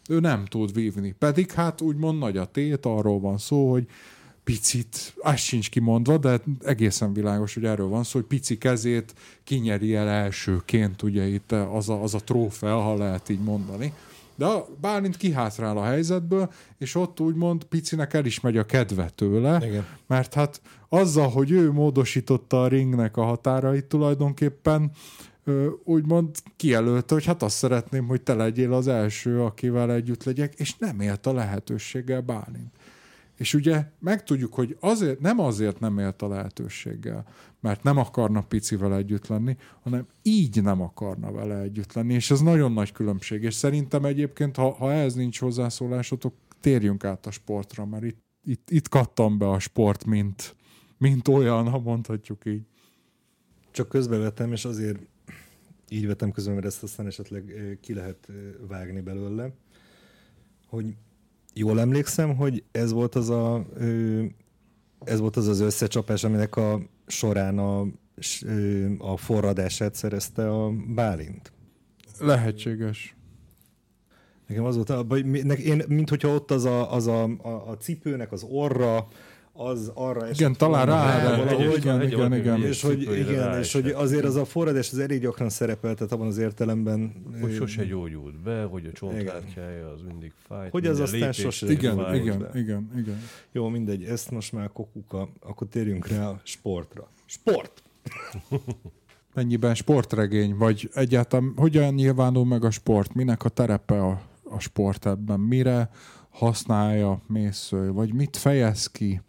Ő nem tud vívni. Pedig hát úgymond nagy a tét, arról van szó, hogy picit, ez sincs kimondva, de egészen világos, hogy erről van szó, hogy pici kezét kinyeri el elsőként, ugye itt az a, az a trófea, ha lehet így mondani. De a Bálint kihátrál a helyzetből, és ott úgymond picinek el is megy a kedve tőle, Igen. mert hát azzal, hogy ő módosította a ringnek a határait tulajdonképpen, úgymond kijelölte, hogy hát azt szeretném, hogy te legyél az első, akivel együtt legyek, és nem élt a lehetőséggel Bálint. És ugye megtudjuk, hogy azért, nem azért nem élt a lehetőséggel, mert nem akarna picivel együtt lenni, hanem így nem akarna vele együtt lenni, és ez nagyon nagy különbség. És szerintem egyébként, ha, ha ehhez nincs hozzászólásotok, térjünk át a sportra, mert itt, itt, itt kattam be a sport, mint, mint olyan, ha mondhatjuk így. Csak közbevettem, és azért így vettem közben, mert ezt aztán esetleg ki lehet vágni belőle, hogy jól emlékszem, hogy ez volt az a, ez volt az, az összecsapás, aminek a során a, a forradását szerezte a Bálint. Lehetséges. Nekem az volt, én, mint hogyha ott az a, az a, a, a cipőnek az orra, az arra esett. Igen, talán rá, rá valahogy, igen, egy, igen, egy, igen. És hogy, igen, és hogy azért az a forradás az elég gyakran szerepeltet abban az értelemben. Hogy sose gyógyult be, hogy a csontlátjája az mindig fájt. Hogy az aztán sose igen, fájt igen, be. igen, igen. Jó, mindegy, ezt most már kokuka, akkor térjünk rá a sportra. Sport! Mennyiben sportregény, vagy egyáltalán hogyan nyilvánul meg a sport? Minek a terepe a, a sport ebben? Mire használja Mészöly? Vagy mit fejez ki?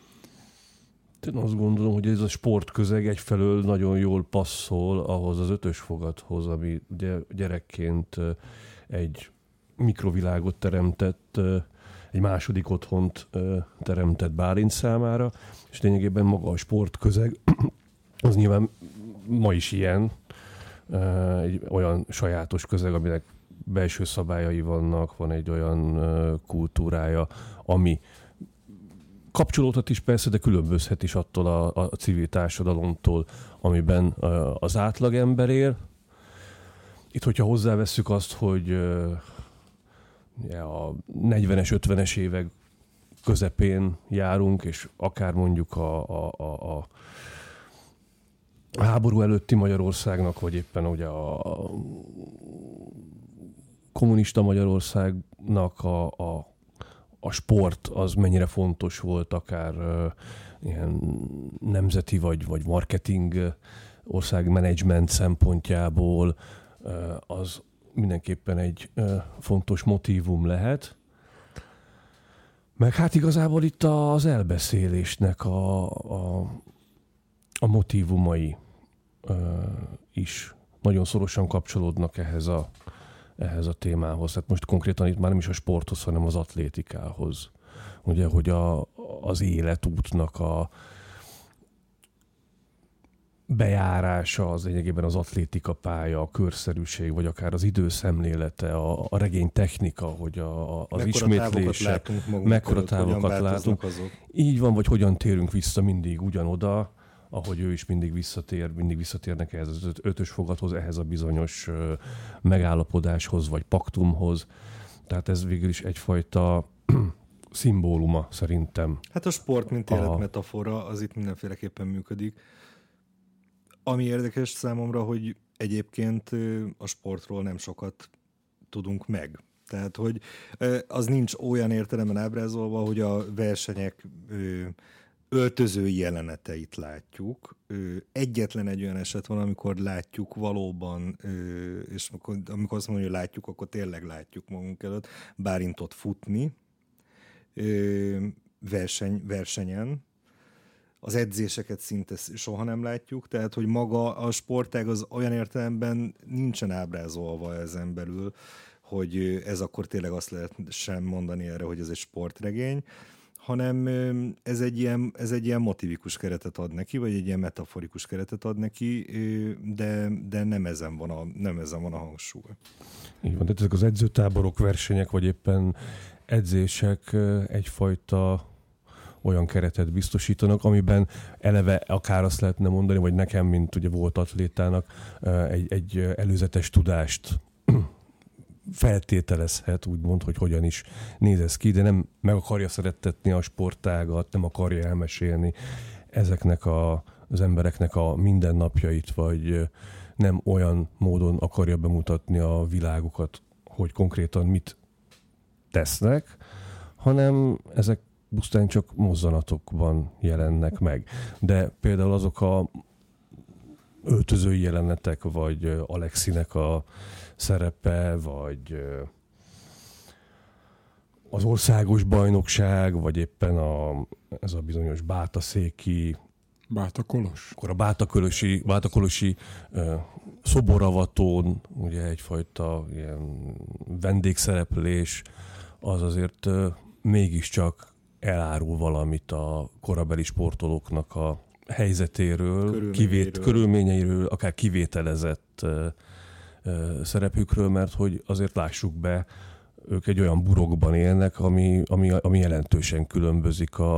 Én azt gondolom, hogy ez a sportközeg egyfelől nagyon jól passzol ahhoz az ötös fogathoz, ami ugye gyerekként egy mikrovilágot teremtett, egy második otthont teremtett Bálint számára, és lényegében maga a sportközeg, az nyilván ma is ilyen, egy olyan sajátos közeg, aminek belső szabályai vannak, van egy olyan kultúrája, ami kapcsolódhat is persze, de különbözhet is attól a, a civil társadalomtól, amiben az átlagember él. Itt, hogyha hozzáveszünk azt, hogy a negyvenes, ötvenes évek közepén járunk, és akár mondjuk a, a, a, a háború előtti Magyarországnak, vagy éppen ugye a kommunista Magyarországnak a, a a sport az mennyire fontos volt, akár uh, ilyen nemzeti vagy, vagy marketing országmenedzsment szempontjából, uh, az mindenképpen egy uh, fontos motívum lehet. Meg hát igazából itt az elbeszélésnek a, a, a motívumai uh, is nagyon szorosan kapcsolódnak ehhez a ehhez a témához. Hát most konkrétan itt már nem is a sporthoz, hanem az atlétikához. Ugye, hogy a, az életútnak a bejárása az lényegében az atlétika pálya, a körszerűség, vagy akár az időszemlélete, a, a regény technika, hogy a, a, az ismétlések, mekkora távokat látunk. Azok. Így van, vagy hogyan térünk vissza mindig ugyanoda, ahogy ő is mindig visszatér, mindig visszatérnek ehhez az ötös fogathoz, ehhez a bizonyos uh, megállapodáshoz, vagy paktumhoz. Tehát ez végül is egyfajta szimbóluma szerintem. Hát a sport, mint életmetafora, az itt mindenféleképpen működik. Ami érdekes számomra, hogy egyébként a sportról nem sokat tudunk meg. Tehát, hogy az nincs olyan értelemben ábrázolva, hogy a versenyek öltözői jeleneteit látjuk. Egyetlen egy olyan eset van, amikor látjuk valóban, és amikor, amikor azt mondom, hogy látjuk, akkor tényleg látjuk magunk előtt Bálintot futni verseny, versenyen. Az edzéseket szinte soha nem látjuk, tehát hogy maga a sportág az olyan értelemben nincsen ábrázolva ezen belül, hogy ez akkor tényleg azt lehet sem mondani erre, hogy ez egy sportregény, hanem ez egy, ilyen, ez egy ilyen motivikus keretet ad neki, vagy egy ilyen metaforikus keretet ad neki, de, de nem, ezen van a, nem ezen van a hangsúly. Így van, tehát ezek az edzőtáborok, versenyek, vagy éppen edzések egyfajta olyan keretet biztosítanak, amiben eleve akár azt lehetne mondani, vagy nekem, mint ugye volt atlétának, egy, egy előzetes tudást feltételezhet, úgymond, hogy hogyan is néz ez ki, de nem meg akarja szerettetni a sportágat, nem akarja elmesélni ezeknek a, az embereknek a mindennapjait, vagy nem olyan módon akarja bemutatni a világukat, hogy konkrétan mit tesznek, hanem ezek pusztán csak mozzanatokban jelennek meg. De például azok a öltözői jelenetek, vagy Alexinek a szerepe, vagy az országos bajnokság, vagy éppen a, ez a bizonyos bátaszéki, Báta Kolos. akkor a bátakolosi, bátakolosi uh, szoboravatón, ugye egyfajta ilyen vendégszereplés, az azért uh, mégiscsak elárul valamit a korabeli sportolóknak a helyzetéről, körülményeiről, kivét, körülményeiről, akár kivételezett uh, uh, szerepükről, mert hogy azért lássuk be, ők egy olyan burokban élnek, ami, ami, ami jelentősen különbözik a,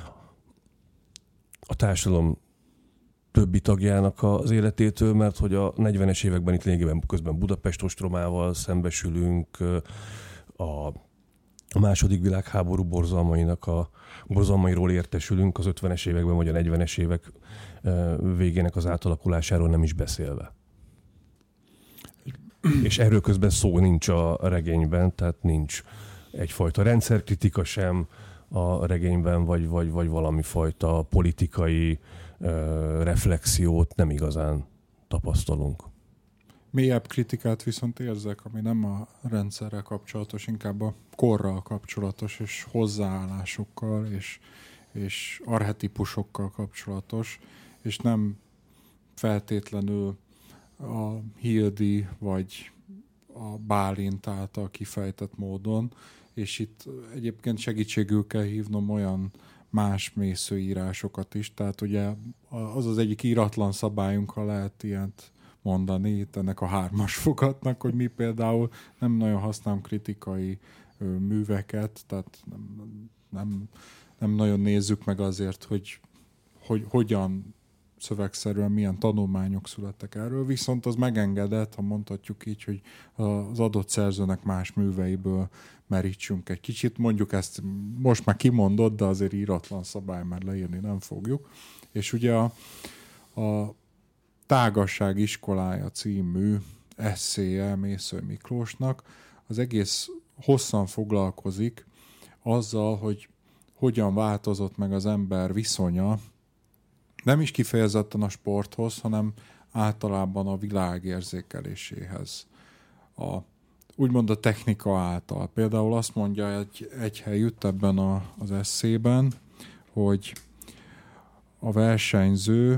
a társadalom többi tagjának az életétől, mert hogy a negyvenes években itt lényegében közben Budapest ostromával szembesülünk, a A második világháború borzalmainak a borzalmairól értesülünk, az ötvenes években vagy a negyvenes évek végének az átalakulásáról nem is beszélve. És erről közben szó nincs a regényben, tehát nincs egyfajta rendszerkritika sem a regényben, vagy, vagy, vagy valami fajta politikai uh, reflexiót nem igazán tapasztalunk. Mélyebb kritikát viszont érzek, ami nem a rendszerrel kapcsolatos, inkább a korral kapcsolatos, és hozzáállásokkal, és, és archetipusokkal kapcsolatos, és nem feltétlenül a Hildi vagy a Bálint által kifejtett módon, és itt egyébként segítségül kell hívnom olyan más mészőírásokat is, tehát ugye az az egyik íratlan szabályunk, ha lehet ilyet mondani itt ennek a hármas fogatnak, hogy mi például nem nagyon használunk kritikai ö, műveket, tehát nem, nem, nem nagyon nézzük meg azért, hogy, hogy hogyan szövegszerűen milyen tanulmányok születtek erről, viszont az megengedett, ha mondhatjuk így, hogy az adott szerzőnek más műveiből merítsünk egy kicsit. Mondjuk ezt most már kimondott, de azért íratlan szabály, mert leírni nem fogjuk. És ugye a, a Tágasság iskolája című esszéje Mészöly Miklósnak az egész hosszan foglalkozik azzal, hogy hogyan változott meg az ember viszonya, nem is kifejezetten a sporthoz, hanem általában a világ érzékeléséhez. A, úgymond a technika által. Például azt mondja egy, egy helyütt ebben a, az esszében, hogy a versenyző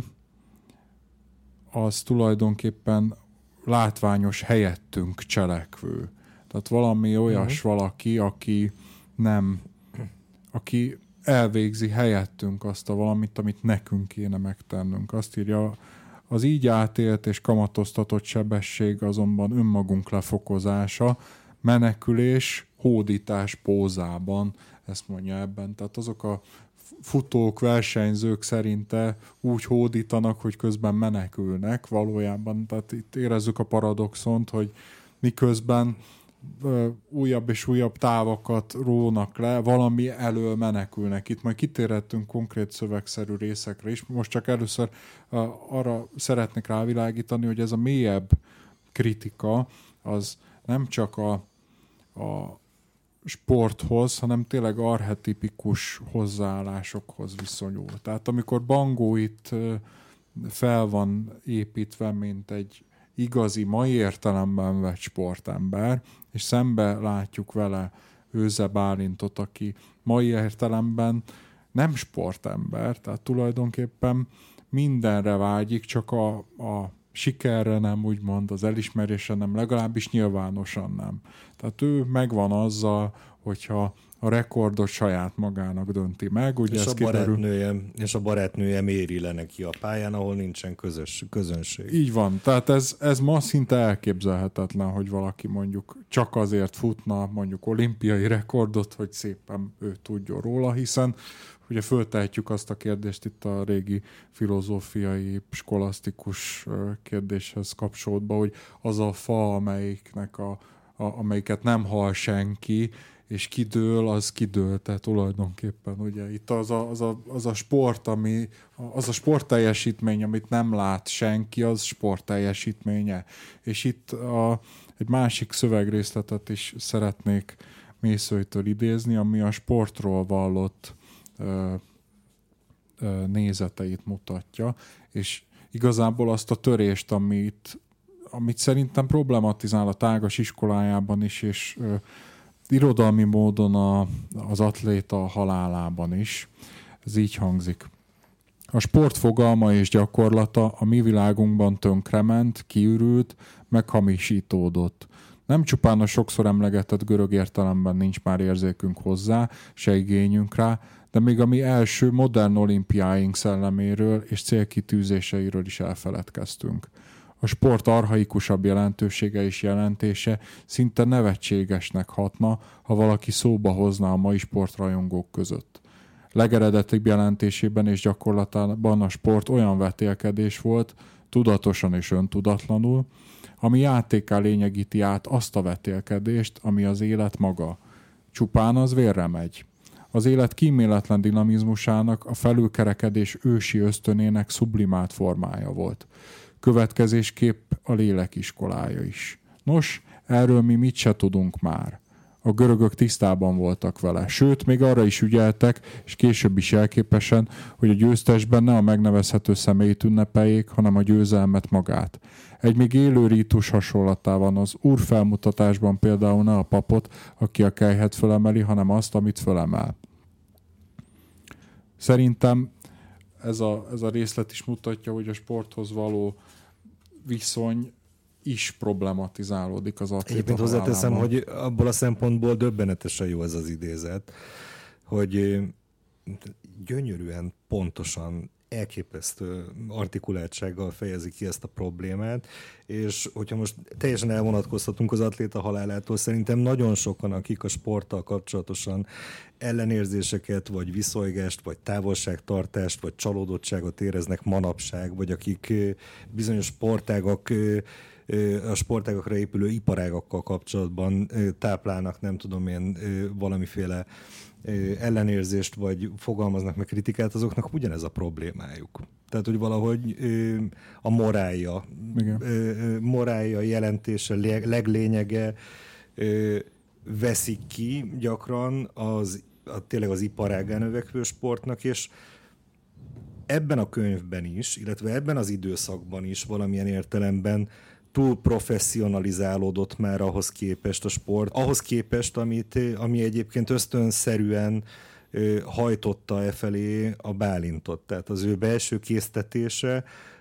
az tulajdonképpen látványos helyettünk cselekvő. Tehát valami olyas uh-huh. valaki, aki nem, aki elvégzi helyettünk azt a valamit, amit nekünk kéne megtennünk. Azt írja, az így átélt és kamatoztatott sebesség azonban önmagunk lefokozása, menekülés, hódítás pózában, ezt mondja ebben. Tehát azok a futók, versenyzők szerinte úgy hódítanak, hogy közben menekülnek valójában. Tehát itt érezzük a paradoxont, hogy miközben ö, újabb és újabb távokat rónak le, valami elől menekülnek. Itt majd kitérhetünk konkrét szövegszerű részekre is. Most csak először ö, arra szeretnék rávilágítani, hogy ez a mélyebb kritika az nem csak a, a sporthoz, hanem tényleg archetipikus hozzáállásokhoz viszonyul. Tehát amikor Bangó itt fel van építve, mint egy igazi, mai értelemben vett sportember, és szembe látjuk vele Őze Bálintot, aki mai értelemben nem sportember, tehát tulajdonképpen mindenre vágyik, csak a, a sikerre nem, úgymond az elismerésre nem, legalábbis nyilvánosan nem. Tehát ő megvan azzal, hogyha a rekordot saját magának dönti meg. Ugye és, ez a barátnője, és a barátnője méri le neki a pályán, ahol nincsen közös, közönség. Így van. Tehát ez, ez ma szinte elképzelhetetlen, hogy valaki mondjuk csak azért futna mondjuk olimpiai rekordot, hogy szépen ő tudjon róla, hiszen ugye föltehetjük azt a kérdést itt a régi filozófiai, skolasztikus kérdéshez kapcsolódva, hogy az a fa, amelyiknek a, a, amelyiket nem hall senki, és kidől, az kidől, tehát tulajdonképpen ugye itt az a, az a, az a sport, ami, az a sportteljesítmény, amit nem lát senki, az sportteljesítménye. És itt a, egy másik szövegrészletet is szeretnék Mészőitől idézni, ami a sportról vallott ö, ö, nézeteit mutatja, és igazából azt a törést, amit, amit szerintem problematizál a Tágas iskolájában is, és ö, irodalmi módon a, az atléta halálában is. Ez így hangzik. A sport fogalma és gyakorlata a mi világunkban tönkrement, kiürült, meghamisítódott. Nem csupán a sokszor emlegetett görög értelemben nincs már érzékünk hozzá, se igényünk rá, de még a mi első modern olimpiáink szelleméről és célkitűzéseiről is elfeledkeztünk. A sport archaikusabb jelentősége és jelentése szinte nevetségesnek hatna, ha valaki szóba hozná a mai sportrajongók között. Legeredetibb jelentésében és gyakorlatában a sport olyan vetélkedés volt, tudatosan és öntudatlanul, ami játékká lényegíti át azt a vetélkedést, ami az élet maga. Csupán az vérre megy. Az élet kíméletlen dinamizmusának, a felülkerekedés ősi ösztönének sublimált formája volt. Következésképp a lélek iskolája is. Nos, erről mi mit se tudunk már. A görögök tisztában voltak vele, sőt, még arra is ügyeltek, és később is jelképesen, hogy a győztesben ne a megnevezhető személyt ünnepeljék, hanem a győzelmet magát. Egy még élő rítus hasonlatában az úrfelmutatásban például ne a papot, aki a kelyhet fölemeli, hanem azt, amit fölemel. Szerintem ez a, ez a részlet is mutatja, hogy a sporthoz való viszony is problematizálódik az atléta Egyébként hozzáteszem, hogy abból a szempontból döbbenetesen jó ez az idézet, hogy gyönyörűen, pontosan, elképesztő artikuláltsággal fejezi ki ezt a problémát, és hogyha most teljesen elvonatkoztatunk az atléta halálától, szerintem nagyon sokan, akik a sporttal kapcsolatosan ellenérzéseket, vagy viszonygást, vagy távolságtartást, vagy csalódottságot éreznek manapság, vagy akik bizonyos sportágak a sportágakra épülő iparágakkal kapcsolatban táplálnak, nem tudom én, valamiféle ellenérzést, vagy fogalmaznak meg kritikát, azoknak ugyanez a problémájuk. Tehát, hogy valahogy a morálja, Igen. morálja, jelentése, leglényege veszik ki gyakran az, a, tényleg az iparágán növekvő sportnak, és ebben a könyvben is, illetve ebben az időszakban is valamilyen értelemben túl professzionalizálódott már ahhoz képest a sport, ahhoz képest, amit, ami egyébként ösztönszerűen ö, hajtotta e felé a Bálintot. Tehát az ő belső késztetése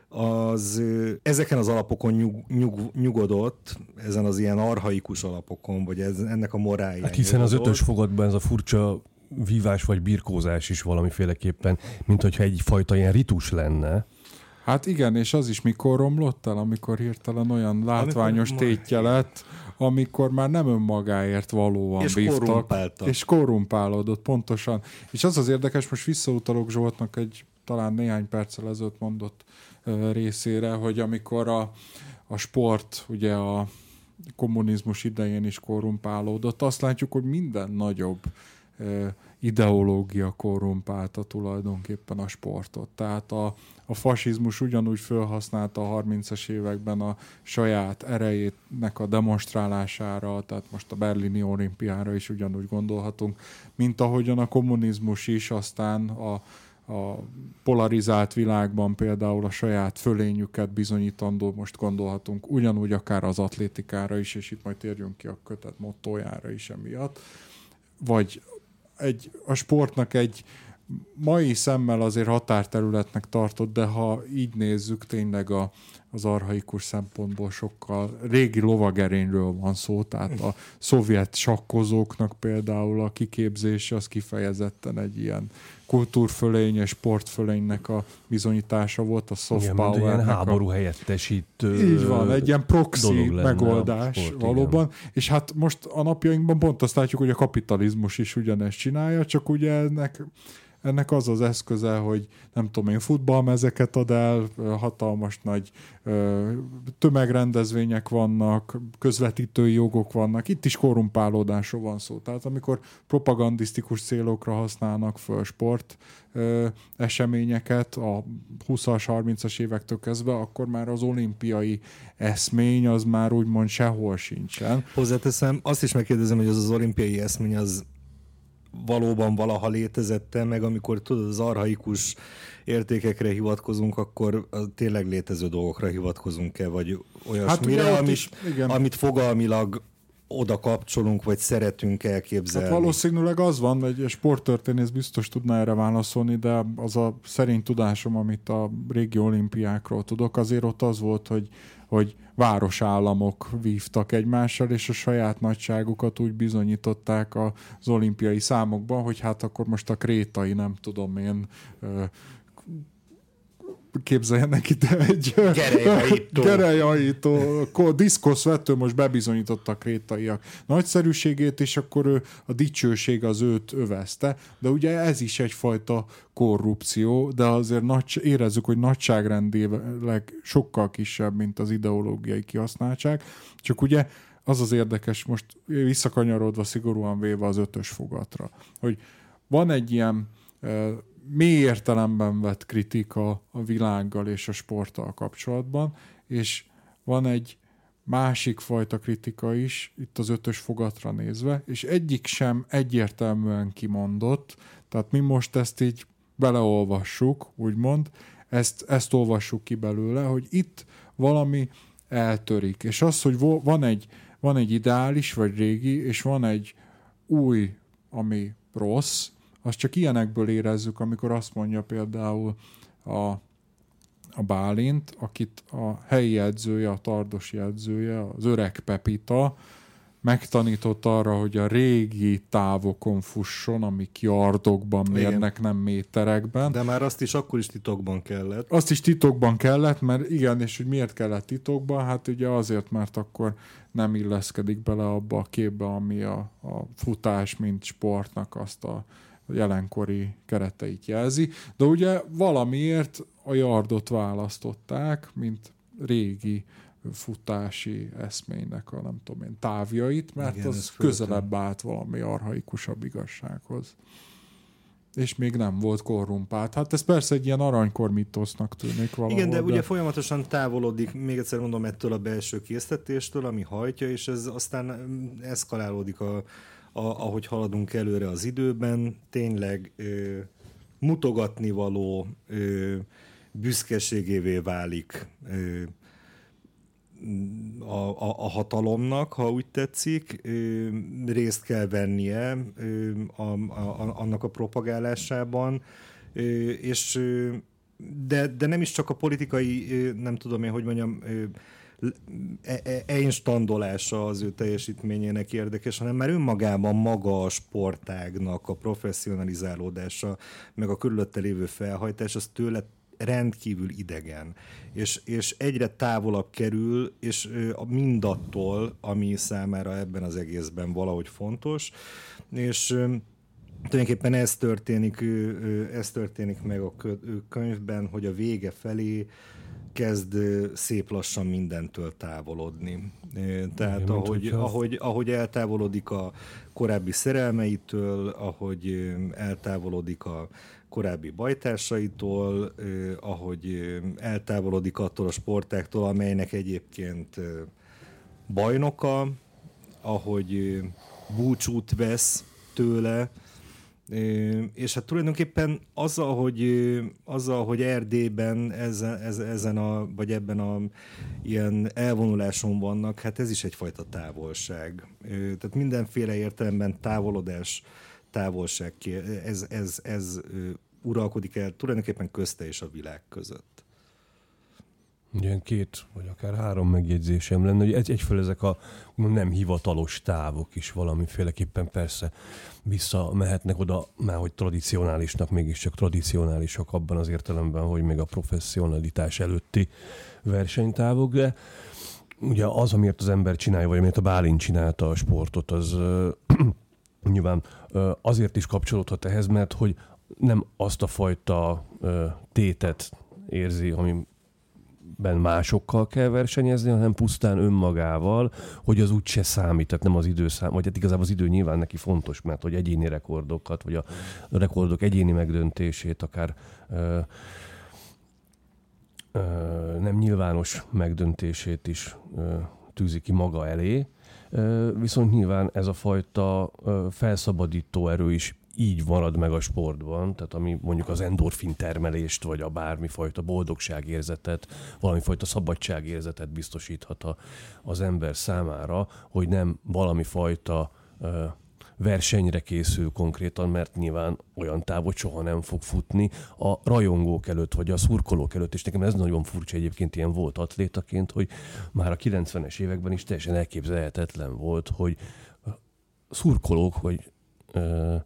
az ö, ezeken az alapokon nyug, nyug, nyugodott, ezen az ilyen archaikus alapokon, vagy ez, ennek a moráján. Hát hiszen nyugodott. Az ötös fogatban ez a furcsa vívás vagy birkózás is valamiféleképpen, mint hogyha egyfajta ilyen ritus lenne. Hát igen, és az is mikor romlott el, amikor hirtelen olyan látványos amikor... tétje lett, amikor már nem önmagáért valóan és bívtak. És korrumpálódott, pontosan. És az az érdekes, most visszautalok Zsoltnak egy talán néhány perccel ezelőtt mondott uh, részére, hogy amikor a, a sport ugye a kommunizmus idején is korrumpálódott, azt látjuk, hogy minden nagyobb uh, ideológia korrumpálta tulajdonképpen a sportot. Tehát a, a fasizmus ugyanúgy felhasználta a harmincas években a saját erejének a demonstrálására, tehát most a berlini olimpiára is ugyanúgy gondolhatunk, mint ahogyan a kommunizmus is aztán a, a polarizált világban például a saját fölényüket bizonyítandó, most gondolhatunk ugyanúgy akár az atlétikára is, és itt majd térjünk ki a kötet mottójára is emiatt, vagy egy, a sportnak egy mai szemmel azért határterületnek tartott, de ha így nézzük, tényleg a, az archaikus szempontból sokkal régi lovagerényről van szó, tehát a szovjet sakkozóknak például a kiképzése az kifejezetten egy ilyen kultúrfölény és sportfölénynek a bizonyítása volt, a soft igen, powernek. Ilyen háború a... helyettesítő Így van, egy ilyen proxy megoldás sport, valóban. Igen. És hát most a napjainkban pont azt látjuk, hogy a kapitalizmus is ugyanezt csinálja, csak ugye ennek ennek az az eszköze, hogy nem tudom én, futballmezeket ad el, hatalmas nagy tömegrendezvények vannak, közvetítői jogok vannak, itt is korrumpálódásról van szó. Tehát amikor propagandisztikus célokra használnak föl sport eseményeket a húszas, harmincas évektől kezdve, akkor már az olimpiai eszmény az már úgymond sehol sincsen. Hozzáteszem, azt is megkérdezem, hogy az az olimpiai eszmény az valóban valaha létezette, meg amikor tudod, az archaikus értékekre hivatkozunk, akkor tényleg létező dolgokra hivatkozunk-e, vagy olyasmire, hát, amit, is, amit fogalmilag oda kapcsolunk, vagy szeretünk elképzelni. Hát valószínűleg az van, egy sporttörténész biztos tudná erre válaszolni, de az a szerény tudásom, amit a régi olimpiákról tudok, azért ott az volt, hogy, hogy városállamok vívtak egymással, és a saját nagyságukat úgy bizonyították az olimpiai számokban, hogy hát akkor most a krétai, nem tudom én, képzeljenek ide egy gerelyhajító, gerelyhajító diszkoszvető, most bebizonyította a krétaiak nagyszerűségét, és akkor ő, a dicsőség az őt övezte, de ugye ez is egyfajta korrupció, de azért nagy, érezzük, hogy nagyságrendileg sokkal kisebb, mint az ideológiai kihasználtság, csak ugye az az érdekes, most visszakanyarodva szigorúan véve az ötös fogatra, hogy van egy ilyen mély értelemben vett kritika a világgal és a sporttal kapcsolatban, és van egy másik fajta kritika is, itt az ötös fogatra nézve, és egyik sem egyértelműen kimondott, tehát mi most ezt így beleolvassuk, úgymond, ezt, ezt olvassuk ki belőle, hogy itt valami eltörik, és az, hogy van egy, van egy ideális, vagy régi, és van egy új, ami rossz, azt csak ilyenekből érezzük, amikor azt mondja például a, a Bálint, akit a helyi edzője, a tardosi edzője, az öreg Pepita megtanított arra, hogy a régi távokon fusson, amik yardokban mérnek, nem méterekben. De már azt is akkor is titokban kellett. Azt is titokban kellett, mert igen, és hogy miért kellett titokban? Hát ugye azért, mert akkor nem illeszkedik bele abba a képbe, ami a, a futás, mint sportnak azt a jelenkori kereteit jelzi, de ugye valamiért a yardot választották, mint régi futási eszménynek a nem tudom én távjait, mert igen, az közelebb állt valami archaikusabb igazsághoz. És még nem volt korrumpált. Hát ez persze egy ilyen aranykor mitosznak tűnik valahol. Igen, de, de ugye folyamatosan távolodik, még egyszer mondom, ettől a belső késztetéstől, ami hajtja, és ez aztán eszkalálódik a A, ahogy haladunk előre az időben, tényleg ö, mutogatni való ö, büszkeségévé válik ö, a, a, a hatalomnak, ha úgy tetszik. Ö, részt kell vennie ö, a, a, annak a propagálásában, ö, és ö, de, de nem is csak a politikai, ö, nem tudom én, hogy mondjam, ö, einstandolása az ő teljesítményének érdekes, hanem már önmagában maga a sportágnak a professzionalizálódása, meg a körülötte lévő felhajtás, az tőle rendkívül idegen. És, és egyre távolabb kerül, és mindattól, ami számára ebben az egészben valahogy fontos, és tulajdonképpen ez történik, ez történik meg a könyvben, hogy a vége felé kezd szép lassan mindentől távolodni. Tehát igen, ahogy, ahogy, ahogy eltávolodik a korábbi szerelmeitől, ahogy eltávolodik a korábbi bajtársaitól, ahogy eltávolodik attól a sportáktól, amelynek egyébként bajnoka, ahogy búcsút vesz tőle, és hát tulajdonképpen azzal, hogy, azzal, hogy Erdélyben ezen, ezen a, vagy ebben a ilyen elvonuláson vannak, hát ez is egyfajta távolság. Tehát mindenféle értelemben távolodás, távolság, ez, ez, ez uralkodik el tulajdonképpen közte és a világ között. Ilyen két, vagy akár három megjegyzésem lenne, hogy egy, egyfelől ezek a nem hivatalos távok is valamiféleképpen persze visszamehetnek oda, már hogy tradicionálisnak, mégiscsak tradicionálisak abban az értelemben, hogy még a professzionalitás előtti versenytávok, de ugye az, amiért az ember csinálja, vagy amiért a Bálint csinálta a sportot, az uh, nyilván uh, azért is kapcsolódhat ehhez, mert hogy nem azt a fajta ö, tétet érzi, amiben másokkal kell versenyezni, hanem pusztán önmagával, hogy az úgyse számít, tehát nem az időszám, vagy hát igazából az idő nyilván neki fontos, mert hogy egyéni rekordokat, vagy a rekordok egyéni megdöntését, akár ö, ö, nem nyilvános megdöntését is ö, tűzi ki maga elé, ö, viszont nyilván ez a fajta ö, felszabadító erő is így marad meg a sportban, tehát ami mondjuk az endorfin termelést, vagy a bármifajta boldogságérzetet, valamifajta szabadságérzetet biztosíthat a, az ember számára, hogy nem valamifajta ö, versenyre készül konkrétan, mert nyilván olyan távot soha nem fog futni a rajongók előtt, vagy a szurkolók előtt, és nekem ez nagyon furcsa egyébként ilyen volt atlétaként, hogy már a kilencvenes években is teljesen elképzelhetetlen volt, hogy szurkolók, vagy ö,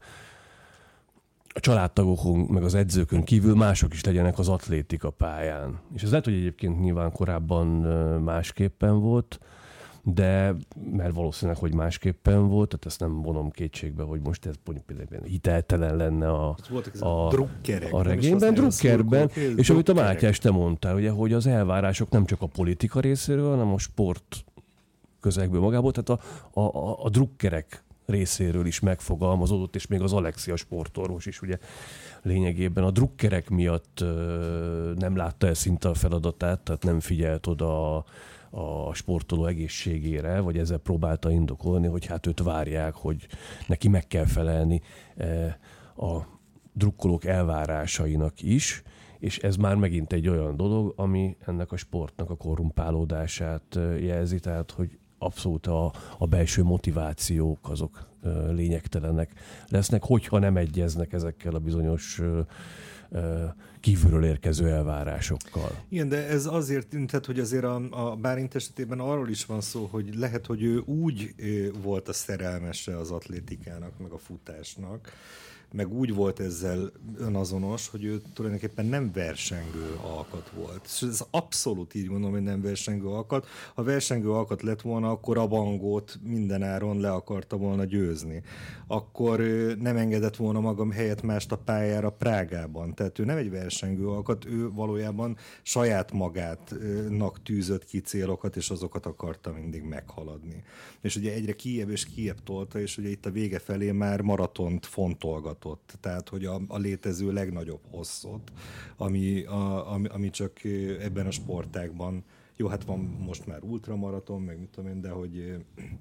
a családtagokon, meg az edzőkön kívül mások is legyenek az atlétika pályán. És ez lehet, hogy egyébként nyilván korábban másképpen volt, de mert valószínűleg, hogy másképpen volt, tehát ezt nem vonom kétségbe, hogy most ez például hiteltelen lenne a, a, a regényben, drukkerben, és amit a Mátyás te mondtál, ugye, hogy az elvárások nem csak a politika részéről, hanem a sport közegből magából, tehát a, a, a drukkerek részéről is megfogalmazódott, és még az Alexia sportorvos is ugye lényegében a drukkerek miatt ö, nem látta el szinte a feladatát, tehát nem figyelt oda a, a sportoló egészségére, vagy ezzel próbálta indokolni, hogy hát őt várják, hogy neki meg kell felelni e, a drukkolók elvárásainak is, és ez már megint egy olyan dolog, ami ennek a sportnak a korrumpálódását jelzi, tehát hogy abszolút a, a belső motivációk azok ö, lényegtelenek lesznek, hogyha nem egyeznek ezekkel a bizonyos ö, ö, kívülről érkező elvárásokkal. Igen, de ez azért, tehát, hogy azért a, a Bálint esetében arról is van szó, hogy lehet, hogy ő úgy ö, volt a szerelmese az atlétikának, meg a futásnak, meg úgy volt ezzel önazonos, hogy ő tulajdonképpen nem versengő alkat volt. És ez abszolút így mondom, hogy nem versengő alkat. Ha versengő alkat lett volna, akkor a Bangót mindenáron le akarta volna győzni. Akkor nem engedett volna magam helyett mást a pályára Prágában. Tehát ő nem egy versengő alkat, ő valójában saját magátnak tűzött ki célokat, és azokat akarta mindig meghaladni. És ugye egyre kijebb és kijebb tolta, és ugye itt a vége felé már maratont fontolgat. Tehát, hogy a, a létező legnagyobb hosszot, ami, a, ami, ami csak ebben a sportágban, jó, hát van most már ultramaraton, meg mit tudom én, de hogy...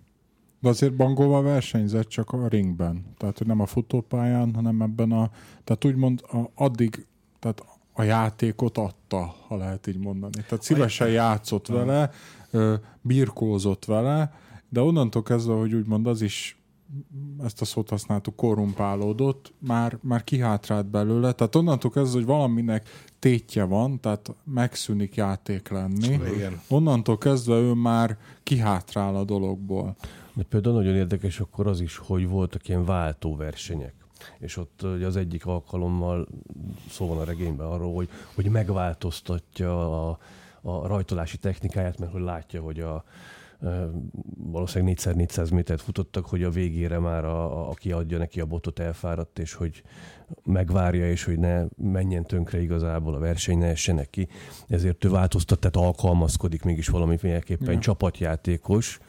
De azért Bangóval versenyzett csak a ringben, tehát hogy nem a futópályán, hanem ebben a, tehát úgymond a, addig, tehát a játékot adta, ha lehet így mondani. Tehát szívesen játszott vele, birkózott vele, de onnantól kezdve, hogy úgymond az is ezt a szót használtuk, korrumpálódott, már, már kihátrált belőle, tehát onnantól kezdve, hogy valaminek tétje van, tehát megszűnik játék lenni, igen. Onnantól kezdve ő már kihátrál a dologból. De például nagyon érdekes akkor az is, hogy voltak ilyen váltóversenyek. És ott ugye az egyik alkalommal szó van a regényben arról, hogy, hogy megváltoztatja a, a rajtolási technikáját, mert hogy látja, hogy a valószínűleg négyszer-négyszáz métert futottak, hogy a végére már a, a, aki adja neki a botot elfáradt, és hogy megvárja, és hogy ne menjen tönkre igazából a verseny, ne essen neki. Ezért ő változtat, tehát alkalmazkodik mégis valamiféleképpen ja. Csapatjátékos,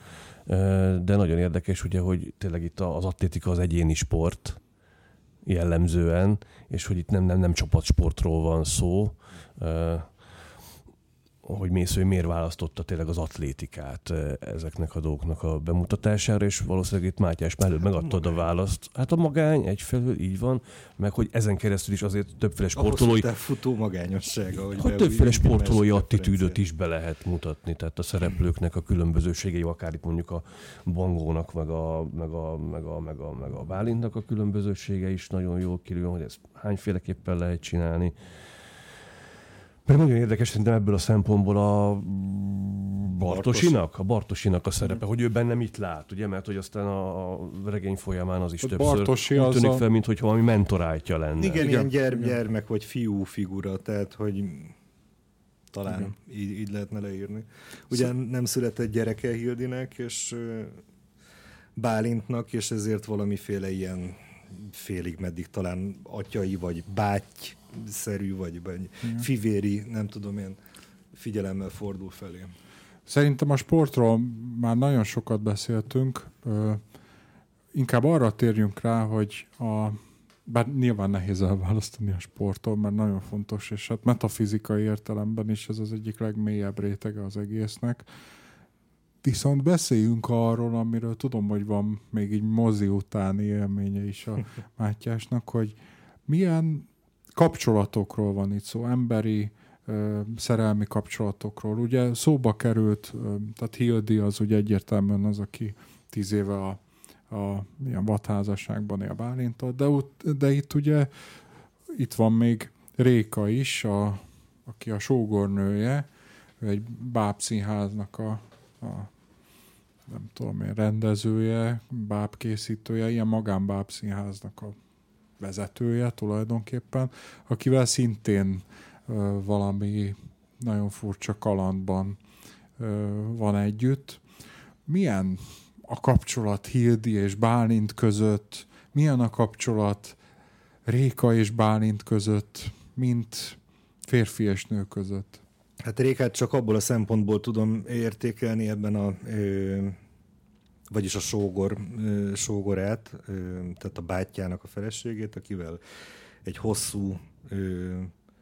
de nagyon érdekes ugye, hogy tényleg itt az atlétika az egyéni sport jellemzően, és hogy itt nem, nem, nem csapatsportról van szó, hogy Mészöly miért választotta tényleg az atlétikát ezeknek a dolgoknak a bemutatására, és valószínűleg itt Mátyás mellett megadtad a választ. Hát a magány egyfelől így van, meg hogy ezen keresztül is azért többféle sportolói... A futó magányossága. Hogy hát többféle sportolói attitűdöt is be lehet mutatni, tehát a szereplőknek a különbözőségei, akár itt mondjuk a Bangónak, meg a, meg a, meg a, meg a, meg a Bálintnak a különbözősége is nagyon jól kirül, hogy ezt hányféleképpen lehet csinálni. Mert nagyon érdekes szerintem ebből a szempontból a Bartosinak, a Bartosinak a szerepe, hogy ő benne mit lát, ugye, mert hogy aztán a regény folyamán az is többször Bartosi úgy tűnik fel, mint hogyha valami mentorátja lenne. Igen, igen, ilyen gyerm- gyermek vagy fiú figura, tehát hogy talán így, így lehetne leírni. Ugye nem született gyereke Hildinek, és Bálintnak, és ezért valamiféle ilyen félig meddig talán atyai, vagy bátyszerű, vagy, vagy fivéri, nem tudom én, figyelemmel fordul felé. Szerintem a sportról már nagyon sokat beszéltünk. Ö, inkább arra térjünk rá, hogy a, bár nyilván nehéz elválasztani a sporttól, mert nagyon fontos, és hát metafizikai értelemben is ez az egyik legmélyebb rétege az egésznek. Viszont beszéljünk arról, amiről tudom, hogy van még így mozi utáni élménye is a Mátyásnak, hogy milyen kapcsolatokról van itt szó, emberi, ö, szerelmi kapcsolatokról. Ugye szóba került, ö, tehát Hildi az ugye egyértelműen az, aki tíz éve a, a ilyen vadházasságban él Bálinttal, de, de itt ugye itt van még Réka is, a, aki a sógornője, ő egy bábszínháznak a, a nem tudom én, rendezője, bábkészítője, ilyen magánbábszínháznak a vezetője tulajdonképpen, akivel szintén ö, valami nagyon furcsa kalandban ö, van együtt. Milyen a kapcsolat Hildi és Bálint között? Milyen a kapcsolat Réka és Bálint között, mint férfi és nő között? Hát Rékát csak abból a szempontból tudom értékelni ebben a, ö, vagyis a sógor, ö, sógorát, ö, tehát a bátyjának a feleségét, akivel egy hosszú ö,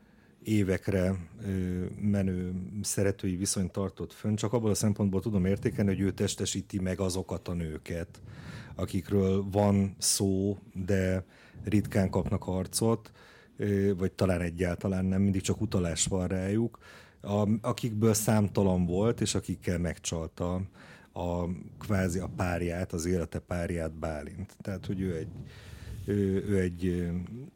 évekre ö, menő szeretői viszonyt tartott fönn, csak abból a szempontból tudom értékelni, hogy ő testesíti meg azokat a nőket, akikről van szó, de ritkán kapnak arcot, ö, vagy talán egyáltalán nem, mindig csak utalás van rájuk, A, akikből számtalan volt, és akikkel megcsalta a kvázi a párját, az élete párját Bálint. Tehát, hogy ő egy, ő, ő egy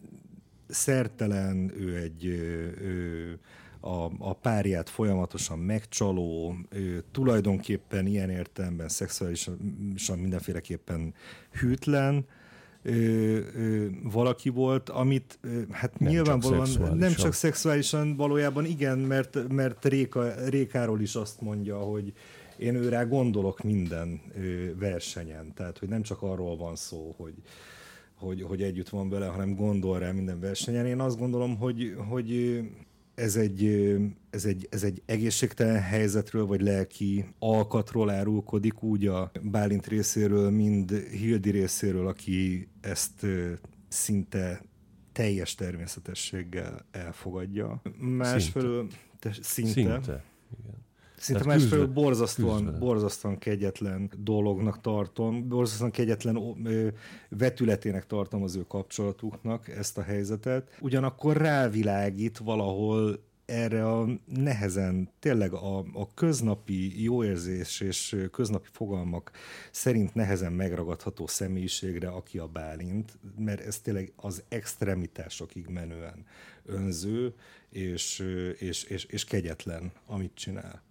szertelen, ő egy ő, a, a párját folyamatosan megcsaló, ő, tulajdonképpen ilyen értelemben szexuálisan mindenféleképpen hűtlen, Ö, ö, valaki volt, amit ö, hát nem nyilvánvalóan csak nem csak szexuálisan, valójában igen, mert, mert Réka, Rékáról is azt mondja, hogy én őrá gondolok minden ö, versenyen, tehát hogy nem csak arról van szó, hogy, hogy, hogy együtt van vele, hanem gondol rá minden versenyen. Én azt gondolom, hogy, hogy ez egy, ez, egy, ez egy egészségtelen helyzetről, vagy lelki alkatról árulkodik, úgy a Bálint részéről, mind Hildi részéről, aki ezt szinte teljes természetességgel elfogadja. Másfelől szinte. Szinte. Szinte. Igen. Szinte másfelől borzasztóan, borzasztóan kegyetlen dolognak tartom, borzasztóan kegyetlen ö, vetületének tartom az ő kapcsolatuknak ezt a helyzetet. Ugyanakkor rávilágít valahol erre a nehezen, tényleg a, a köznapi jóérzés és köznapi fogalmak szerint nehezen megragadható személyiségre, aki a Bálint, mert ez tényleg az extremitásokig menően önző és, és, és, és kegyetlen, amit csinál.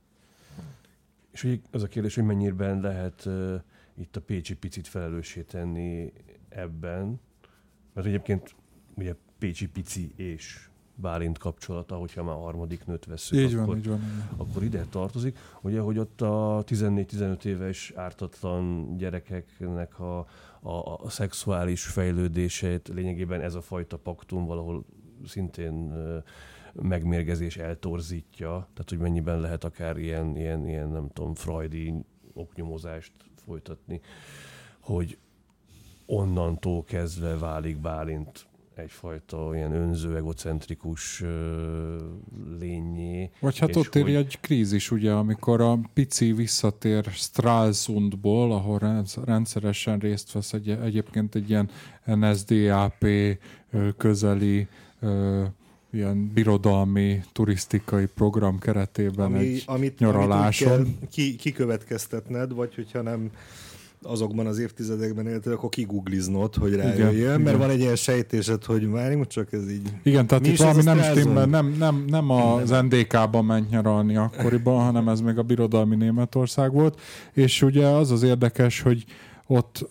És ugye az a kérdés, hogy mennyiben lehet uh, itt a Pécsi Picit felelőssé tenni ebben, mert egyébként ugye Pécsi Pici és Bálint kapcsolata, hogyha már a harmadik nőt veszünk, így van, akkor, így van. akkor ide tartozik. Ugye, hogy ott a tizennégy-tizenöt éves ártatlan gyerekeknek a, a, a szexuális fejlődését lényegében ez a fajta paktum valahol szintén uh, megmérgezés eltorzítja, tehát hogy mennyiben lehet akár ilyen, ilyen, ilyen nem tudom, freudi oknyomozást folytatni, hogy onnantól kezdve válik Bálint egyfajta ilyen önző, egocentrikus uh, lényé. Vagy hát ott ér hogy... egy krízis, ugye, amikor a Pici visszatér Stralsundból, ahol rendszeresen részt vesz egy, egyébként egy ilyen en es dé á pé közeli uh, ilyen birodalmi, turisztikai program keretében Ami, egy amit, nyaraláson. Amit kell ki, kikövetkeztetned, vagy hogyha nem azokban az évtizedekben éltél, akkor kigugliznod, hogy rájöjjél, mert igen. Van egy ilyen sejtésed, hogy várjunk, csak ez így... Igen, tehát itt valami nem stimmel, nem, nem, nem az en dé ká-ban ment nyaralni akkoriban, hanem ez még a birodalmi Németország volt, és ugye az az érdekes, hogy ott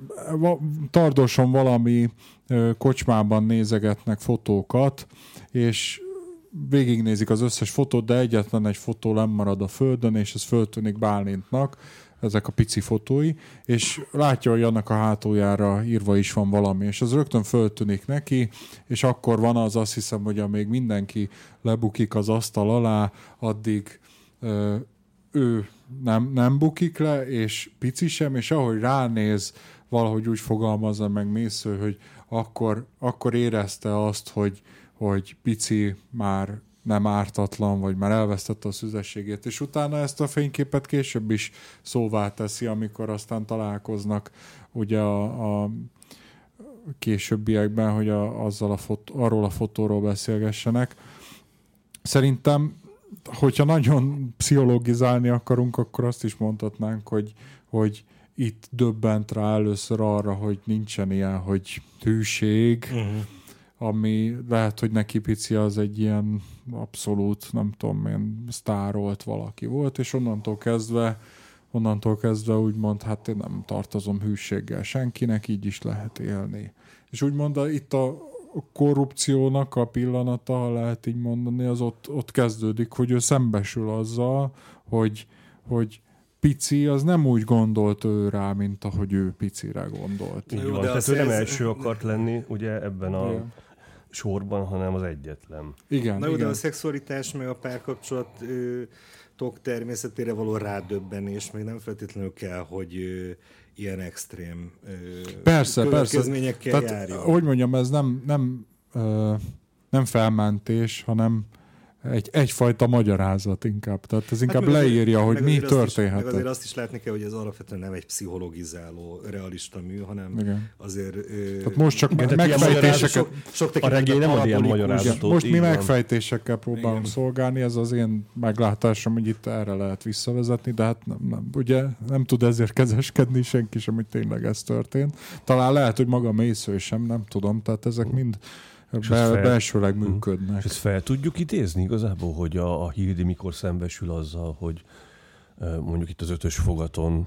tartósan valami kocsmában nézegetnek fotókat, és végignézik az összes fotót, de egyetlen egy fotó nem marad a földön, és ez föltűnik Bálintnak. ezek a pici fotói, és látja, hogy annak a hátuljára írva is van valami, és az rögtön föltűnik neki, és akkor van az, azt hiszem, hogy amíg mindenki lebukik az asztal alá, addig ö, ő nem, nem bukik le, és pici sem, és ahogy ránéz, valahogy úgy fogalmazza meg Mésző, hogy akkor, akkor érezte azt, hogy, hogy pici már nem ártatlan, vagy már elvesztette a szüzességét, és utána ezt a fényképet később is szóvá teszi, amikor aztán találkoznak ugye a, a későbbiekben, hogy a, azzal a fot, arról a fotóról beszélgessenek. Szerintem, hogyha nagyon pszichológizálni akarunk, akkor azt is mondhatnánk, hogy, hogy itt döbbent rá először arra, hogy nincsen ilyen, hogy hűség, uh-huh. ami lehet, hogy neki pici az egy ilyen abszolút, nem tudom, ilyen sztárolt valaki volt, és onnantól kezdve, onnantól kezdve úgymond, hát én nem tartozom hűséggel senkinek, így is lehet élni. És úgymond itt a korrupciónak a pillanata, ha lehet így mondani, az ott, ott kezdődik, hogy ő szembesül azzal, hogy, hogy pici, az nem úgy gondolt ő rá, mint ahogy ő picire gondolt. Így van, tehát ő nem első akart lenni ugye ebben a igen. sorban, hanem az egyetlen. Igen, Na jó, igen. de a szexualitás meg a párkapcsolatok természetére való rádöbbenés még nem feltétlenül kell, hogy ö, ilyen extrém ö, persze, következményekkel persze. járjon. Tehát, hogy mondjam, ez nem, nem, ö, nem felmentés, hanem Egy, egyfajta magyarázat inkább. Tehát ez inkább hát leírja, azért, hogy mi történhetett. Meg azért azt is látni kell, hogy ez alapvetően nem egy pszichologizáló, realista mű, hanem igen. azért... Tehát most csak igen, megfejtéseket... Sok, sok a regény nem ad ilyen magyarázatot. Most mi megfejtésekkel próbálunk igen. szolgálni, ez az én meglátásom, hogy itt erre lehet visszavezetni, de hát nem, nem, ugye nem tud ezért kezeskedni senki sem, hogy tényleg ez történt. Talán lehet, hogy maga Mésző sem, nem tudom, tehát ezek mind... Be, fel, belsőleg működnek. És ezt fel tudjuk idézni igazából, hogy a, a Hildi mikor szembesül azzal, hogy mondjuk itt az ötös fogaton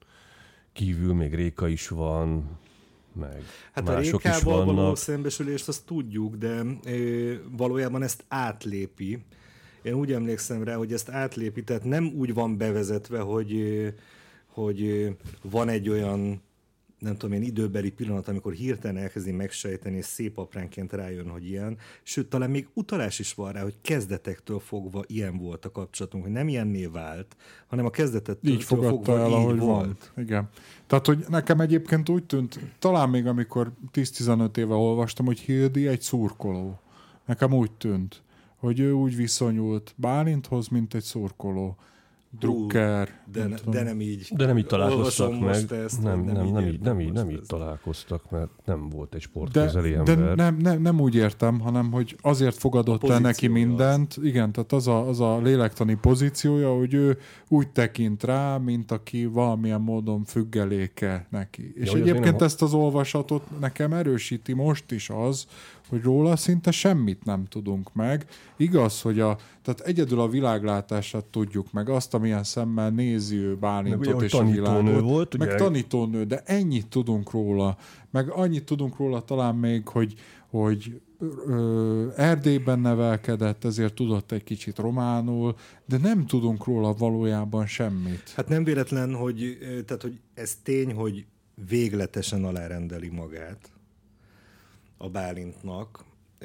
kívül még Réka is van, meg hát mások a is vannak. Rékával való szembesülést azt tudjuk, de ö, valójában ezt átlépi. Én úgy emlékszem rá, hogy ezt átlépi, tehát nem úgy van bevezetve, hogy, hogy van egy olyan nem tudom én, időbeli pillanat, amikor hirtelen elkezdi megsejteni, és szép apránként rájön, hogy ilyen. Sőt, talán még utalás is van rá, hogy kezdetektől fogva ilyen volt a kapcsolatunk, hogy nem ilyenné vált, hanem a kezdetektől így fogadta el, ahogy volt. Van. Igen. Tehát, hogy nekem egyébként úgy tűnt, talán még amikor tíz-tizenöt éve olvastam, hogy Hildi egy szurkoló. Nekem úgy tűnt, hogy ő úgy viszonyult Bálinthoz, mint egy szurkoló. Drucker. De, ne, de nem így. De nem így találkoztak meg. Ezt, nem, nem, nem, így, nem, így, nem, így, nem így találkoztak, mert nem volt egy sportközeli ember. De nem, nem, nem úgy értem, hanem hogy azért fogadott el neki mindent. Az. Igen, tehát az a, az a lélektani pozíciója, hogy ő úgy tekint rá, mint aki valamilyen módon függeléke neki. És ja, egyébként nem... ezt az olvasatot nekem erősíti most is az, hogy róla szinte semmit nem tudunk meg. Igaz, hogy a, tehát egyedül a világlátását tudjuk meg, azt, amilyen szemmel nézi ő Bálintot ugye, és a világot. Volt, meg ugye? tanítónő, de ennyit tudunk róla. Meg annyit tudunk róla talán még, hogy, hogy ö, Erdélyben nevelkedett, ezért tudott egy kicsit románul, de nem tudunk róla valójában semmit. Hát nem véletlen, hogy, tehát, hogy ez tény, hogy végletesen alárendeli magát a Bálintnak,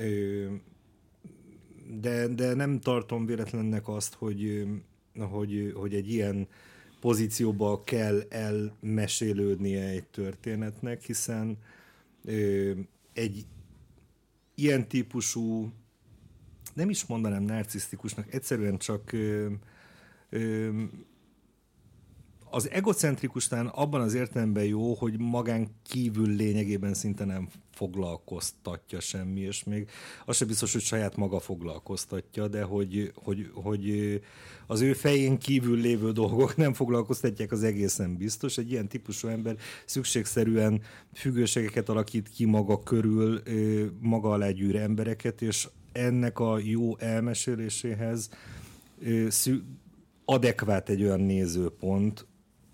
de, de nem tartom véletlennek azt, hogy, hogy, hogy egy ilyen pozícióba kell elmesélődnie egy történetnek, hiszen egy ilyen típusú, nem is mondanám narcisztikusnak, egyszerűen csak az egocentrikusnál abban az értelemben jó, hogy magán kívül lényegében szinte nem foglalkoztatja semmi, és még az sem biztos, hogy saját maga foglalkoztatja, de hogy, hogy, hogy az ő fején kívül lévő dolgok nem foglalkoztatják, az egészen biztos. Egy ilyen típusú ember szükségszerűen függőségeket alakít ki maga körül, maga alá gyűr embereket, és ennek a jó elmeséléséhez adekvát egy olyan nézőpont,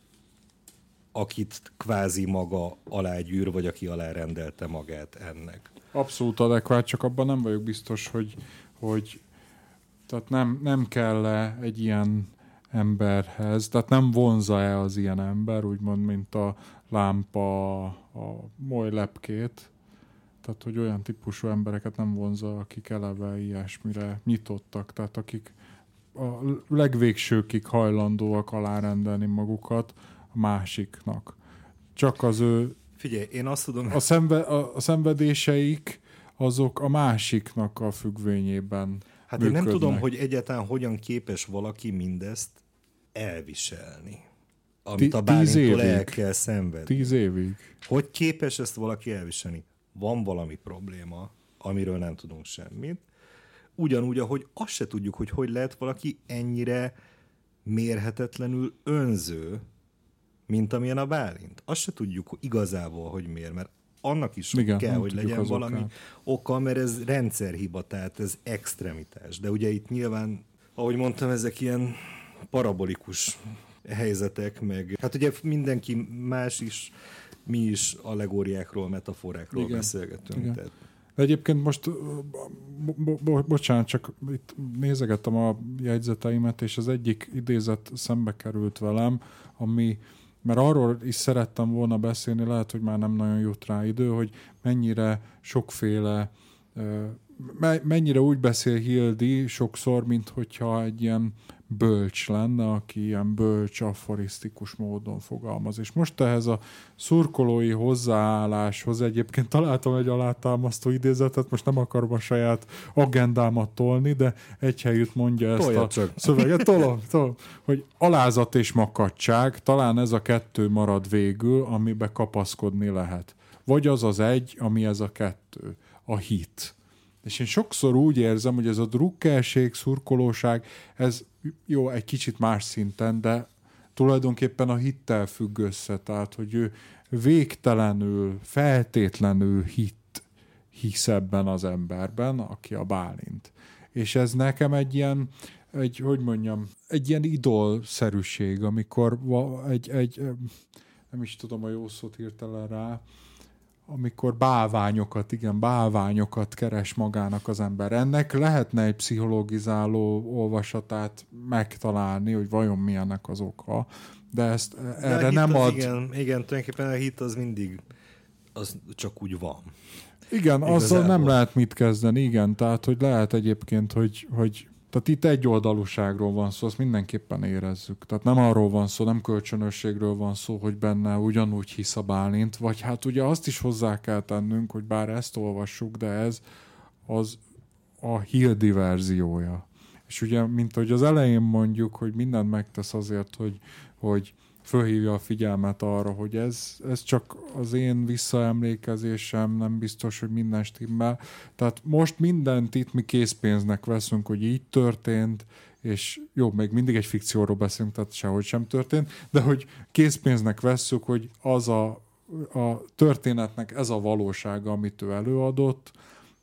akit kvázi maga alágyűr, vagy aki alárendelte magát ennek. Abszolút adekvát, csak abban nem vagyok biztos, hogy, hogy tehát nem, nem kell egy ilyen emberhez, tehát nem vonza-e az ilyen ember, úgymond, mint a lámpa a moly lepkét, tehát, hogy olyan típusú embereket nem vonza, akik eleve ilyesmire nyitottak, tehát akik a legvégsőkig hajlandóak alárendelni magukat a másiknak. Csak az ő Figyelj, én azt tudom... A, szenve, a, a szenvedéseik azok a másiknak a függvényében Hát működnek. én nem tudom, hogy egyáltalán hogyan képes valaki mindezt elviselni. Amit a Bálintól el kell szenvedni. Tíz évig. Hogy képes ezt valaki elviselni? Van valami probléma, amiről nem tudunk semmit. Ugyanúgy, ahogy azt se tudjuk, hogy hogy lehet valaki ennyire mérhetetlenül önző, mint amilyen a Bálint. Azt se tudjuk igazából, hogy miért, mert annak is igen, kell, hogy legyen valami okán. oka, mert ez rendszerhiba, tehát ez extremitás. De ugye itt nyilván, ahogy mondtam, ezek ilyen parabolikus helyzetek, meg hát ugye mindenki más is, mi is allegóriákról, metaforákról igen. beszélgetünk. Igen. Tehát... De egyébként most, bo- bo- bocsánat, csak itt nézegettem a jegyzeteimet, és az egyik idézet szembe került velem, ami, mert arról is szerettem volna beszélni, lehet, hogy már nem nagyon jut rá idő, hogy mennyire sokféle, mennyire úgy beszél Hildy sokszor, mint hogyha egy ilyen bölcs lenne, aki ilyen bölcs, aforisztikus módon fogalmaz. És most ehhez a szurkolói hozzáálláshoz egyébként találtam egy alátámasztó idézetet, most nem akarom a saját agendámat tolni, de egy helyütt mondja ezt Tolja a csak. szöveget. Tolom, tolom, hogy alázat és makadság, talán ez a kettő marad végül, amibe kapaszkodni lehet. Vagy az az egy, ami ez a kettő, a hit. És én sokszor úgy érzem, hogy ez a drukkelség, szurkolóság, ez jó, egy kicsit más szinten, de tulajdonképpen a hittel függ össze, tehát, hogy ő végtelenül, feltétlenül hit, hisz ebben az emberben, aki a Bálint. És ez nekem egy ilyen, egy, hogy mondjam, egy ilyen idolszerűség, amikor egy, egy, nem is tudom a jó szót hirtelen rá, amikor bálványokat, igen, bálványokat keres magának az ember. Ennek lehetne egy pszichológizáló olvasatát megtalálni, hogy vajon milyennek az oka, de ezt de erre nem ad... Igen, igen, tulajdonképpen a hit az mindig, az csak úgy van. Igen, igazából. Azzal nem lehet mit kezdeni, igen, tehát, hogy lehet egyébként, hogy, hogy tehát itt egy oldalúságról van szó, azt mindenképpen érezzük. Tehát nem arról van szó, nem kölcsönösségről van szó, hogy benne ugyanúgy hisz a Bálint, vagy hát ugye azt is hozzá kell tennünk, hogy bár ezt olvassuk, de ez az a Hildy verziója. És ugye, mint hogy az elején mondjuk, hogy mindent megtesz azért, hogy, hogy fölhívja a figyelmet arra, hogy ez, ez csak az én visszaemlékezésem, nem biztos, hogy minden stimmel. Tehát most mindent itt mi készpénznek veszünk, hogy így történt, és jó, még mindig egy fikcióról beszélünk, tehát sehogy sem történt, de hogy készpénznek vesszük, hogy az a, a történetnek ez a valósága, amit ő előadott,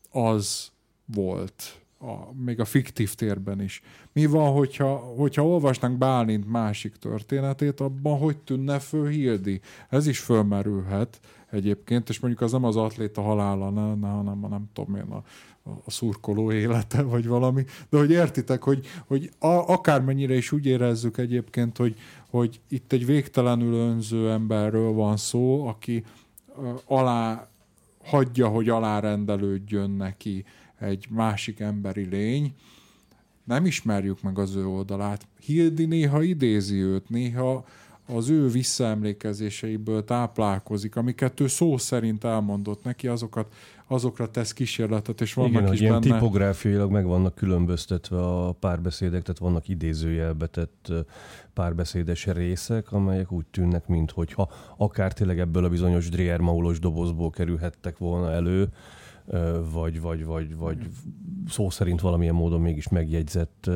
az volt. A, még a fiktív térben is. Mi van, hogyha, hogyha olvasnánk Bálint másik történetét, abban hogy tűnne föl Hildy? Ez is fölmerülhet egyébként, és mondjuk az nem az atléta halála, ne, ne, hanem a nem tudom én, a, a szurkoló élete, vagy valami, de hogy értitek, hogy, hogy a, akármennyire is úgy érezzük egyébként, hogy, hogy itt egy végtelenül önző emberről van szó, aki uh, alá hagyja, hogy alárendelődjön neki egy másik emberi lény, nem ismerjük meg az ő oldalát. Hildy néha idézi őt, néha az ő visszaemlékezéseiből táplálkozik, amiket ő szó szerint elmondott neki, azokat, azokra tesz kísérletet, és vannak igen, is ilyen benne... tipográfiailag meg vannak különböztetve a párbeszédek, tehát vannak idézőjelbe tett párbeszédes részek, amelyek úgy tűnnek, minthogyha akár tényleg ebből a bizonyos Dreher Maulos dobozból kerülhettek volna elő, vagy, vagy, vagy, vagy szó szerint valamilyen módon mégis megjegyzett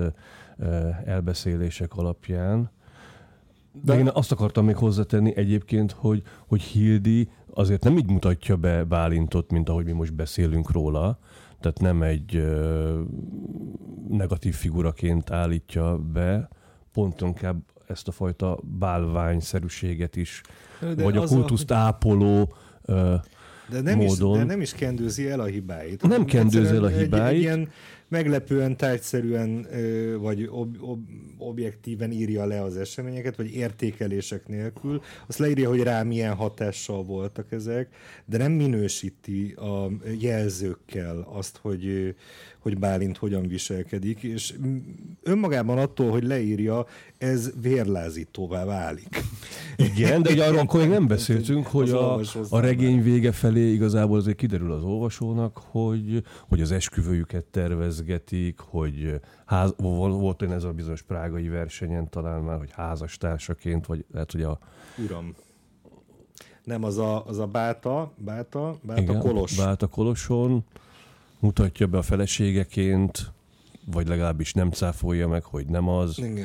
elbeszélések alapján. De, De én azt akartam még hozzátenni egyébként, hogy, hogy Hildy azért nem így mutatja be Bálintot, mint ahogy mi most beszélünk róla, tehát nem egy ö, negatív figuraként állítja be, pont inkább ezt a fajta bálványszerűséget is, de vagy a kultuszt a... ápoló ö, De nem, módon. Is, de nem is kendőzi el a hibáit. Nem kendőzi el a hibáit. Egy, egy ilyen meglepően, tárgyszerűen vagy ob, ob, objektíven írja le az eseményeket, vagy értékelések nélkül. Azt leírja, hogy rá milyen hatással voltak ezek, de nem minősíti a jelzőkkel azt, hogy, hogy Bálint hogyan viselkedik, és önmagában attól, hogy leírja, ez vérlázítóvá válik. Igen, de ugye arról akkor még nem beszéltünk, hogy a, a regény vége felé igazából azért kiderül az olvasónak, hogy, hogy az esküvőjüket tervezgetik, hogy ház, volt olyan ez a bizonyos prágai versenyen talán már, hogy házastársaként, vagy lehet, hogy a... Uram. Nem, az a, az a Báta, Báta, Báta igen, Kolos. Báta Koloson mutatja be a feleségeként, vagy legalábbis nem cáfolja meg, hogy nem az. Igen.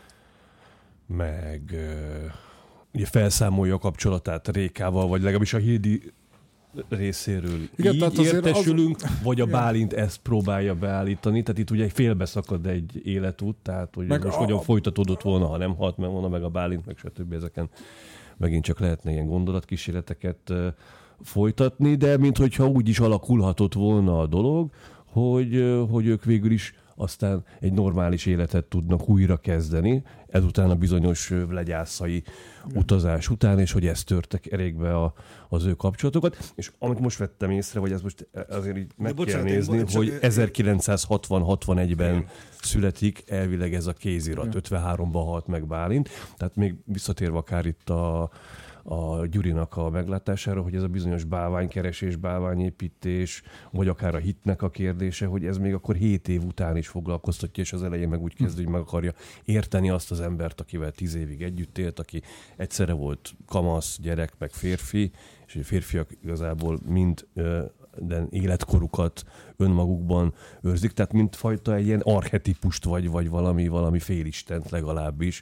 Meg ugye felszámolja a kapcsolatát Rékával, vagy legalábbis a Hildi részéről igen, így értesülünk, az... vagy a Bálint ezt próbálja beállítani, tehát itt ugye félbeszakad egy életút, tehát hogy meg most a... hogyan folytatódott volna, ha nem halt meg volna meg a Bálint, meg stb. Ezeken megint csak lehetne ilyen gondolatkísérleteket folytatni, de minthogyha úgy is alakulhatott volna a dolog, hogy, hogy ők végül is aztán egy normális életet tudnak újra kezdeni, ezután a bizonyos legyászai utazás után, és hogy ez törte kerékbe a, az ő kapcsolatokat. És amit most vettem észre, vagy ez most azért így meg bocsánat, kell nézni, bocsánat, hogy ezerkilencszázhatvan-hatvanegyben igen. születik elvileg ez a kézirat, igen. ötvenháromban halt meg Bálint, tehát még visszatérve akár itt a a Gyurinak a meglátására, hogy ez a bizonyos bálványkeresés, bálványépítés, vagy akár a hitnek a kérdése, hogy ez még akkor hét év után is foglalkoztatja, és az elején meg úgy kezd, hogy meg akarja érteni azt az embert, akivel tíz évig együtt élt, aki egyszerre volt kamasz, gyerek, meg férfi, és a férfiak igazából mind de életkorukat önmagukban őrzik, tehát mint fajta egy ilyen archetipust, vagy, vagy valami, valami félistent legalábbis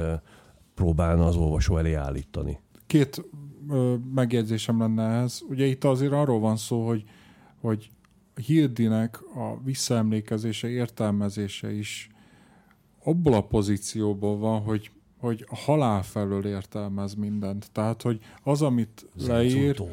próbálna az olvasó elé állítani. Két ö, megjegyzésem lenne ehhez. Ugye itt azért arról van szó, hogy, hogy Hildinek a visszaemlékezése, értelmezése is abból a pozícióból van, hogy, hogy a halál felől értelmez mindent. Tehát, hogy az, amit leír,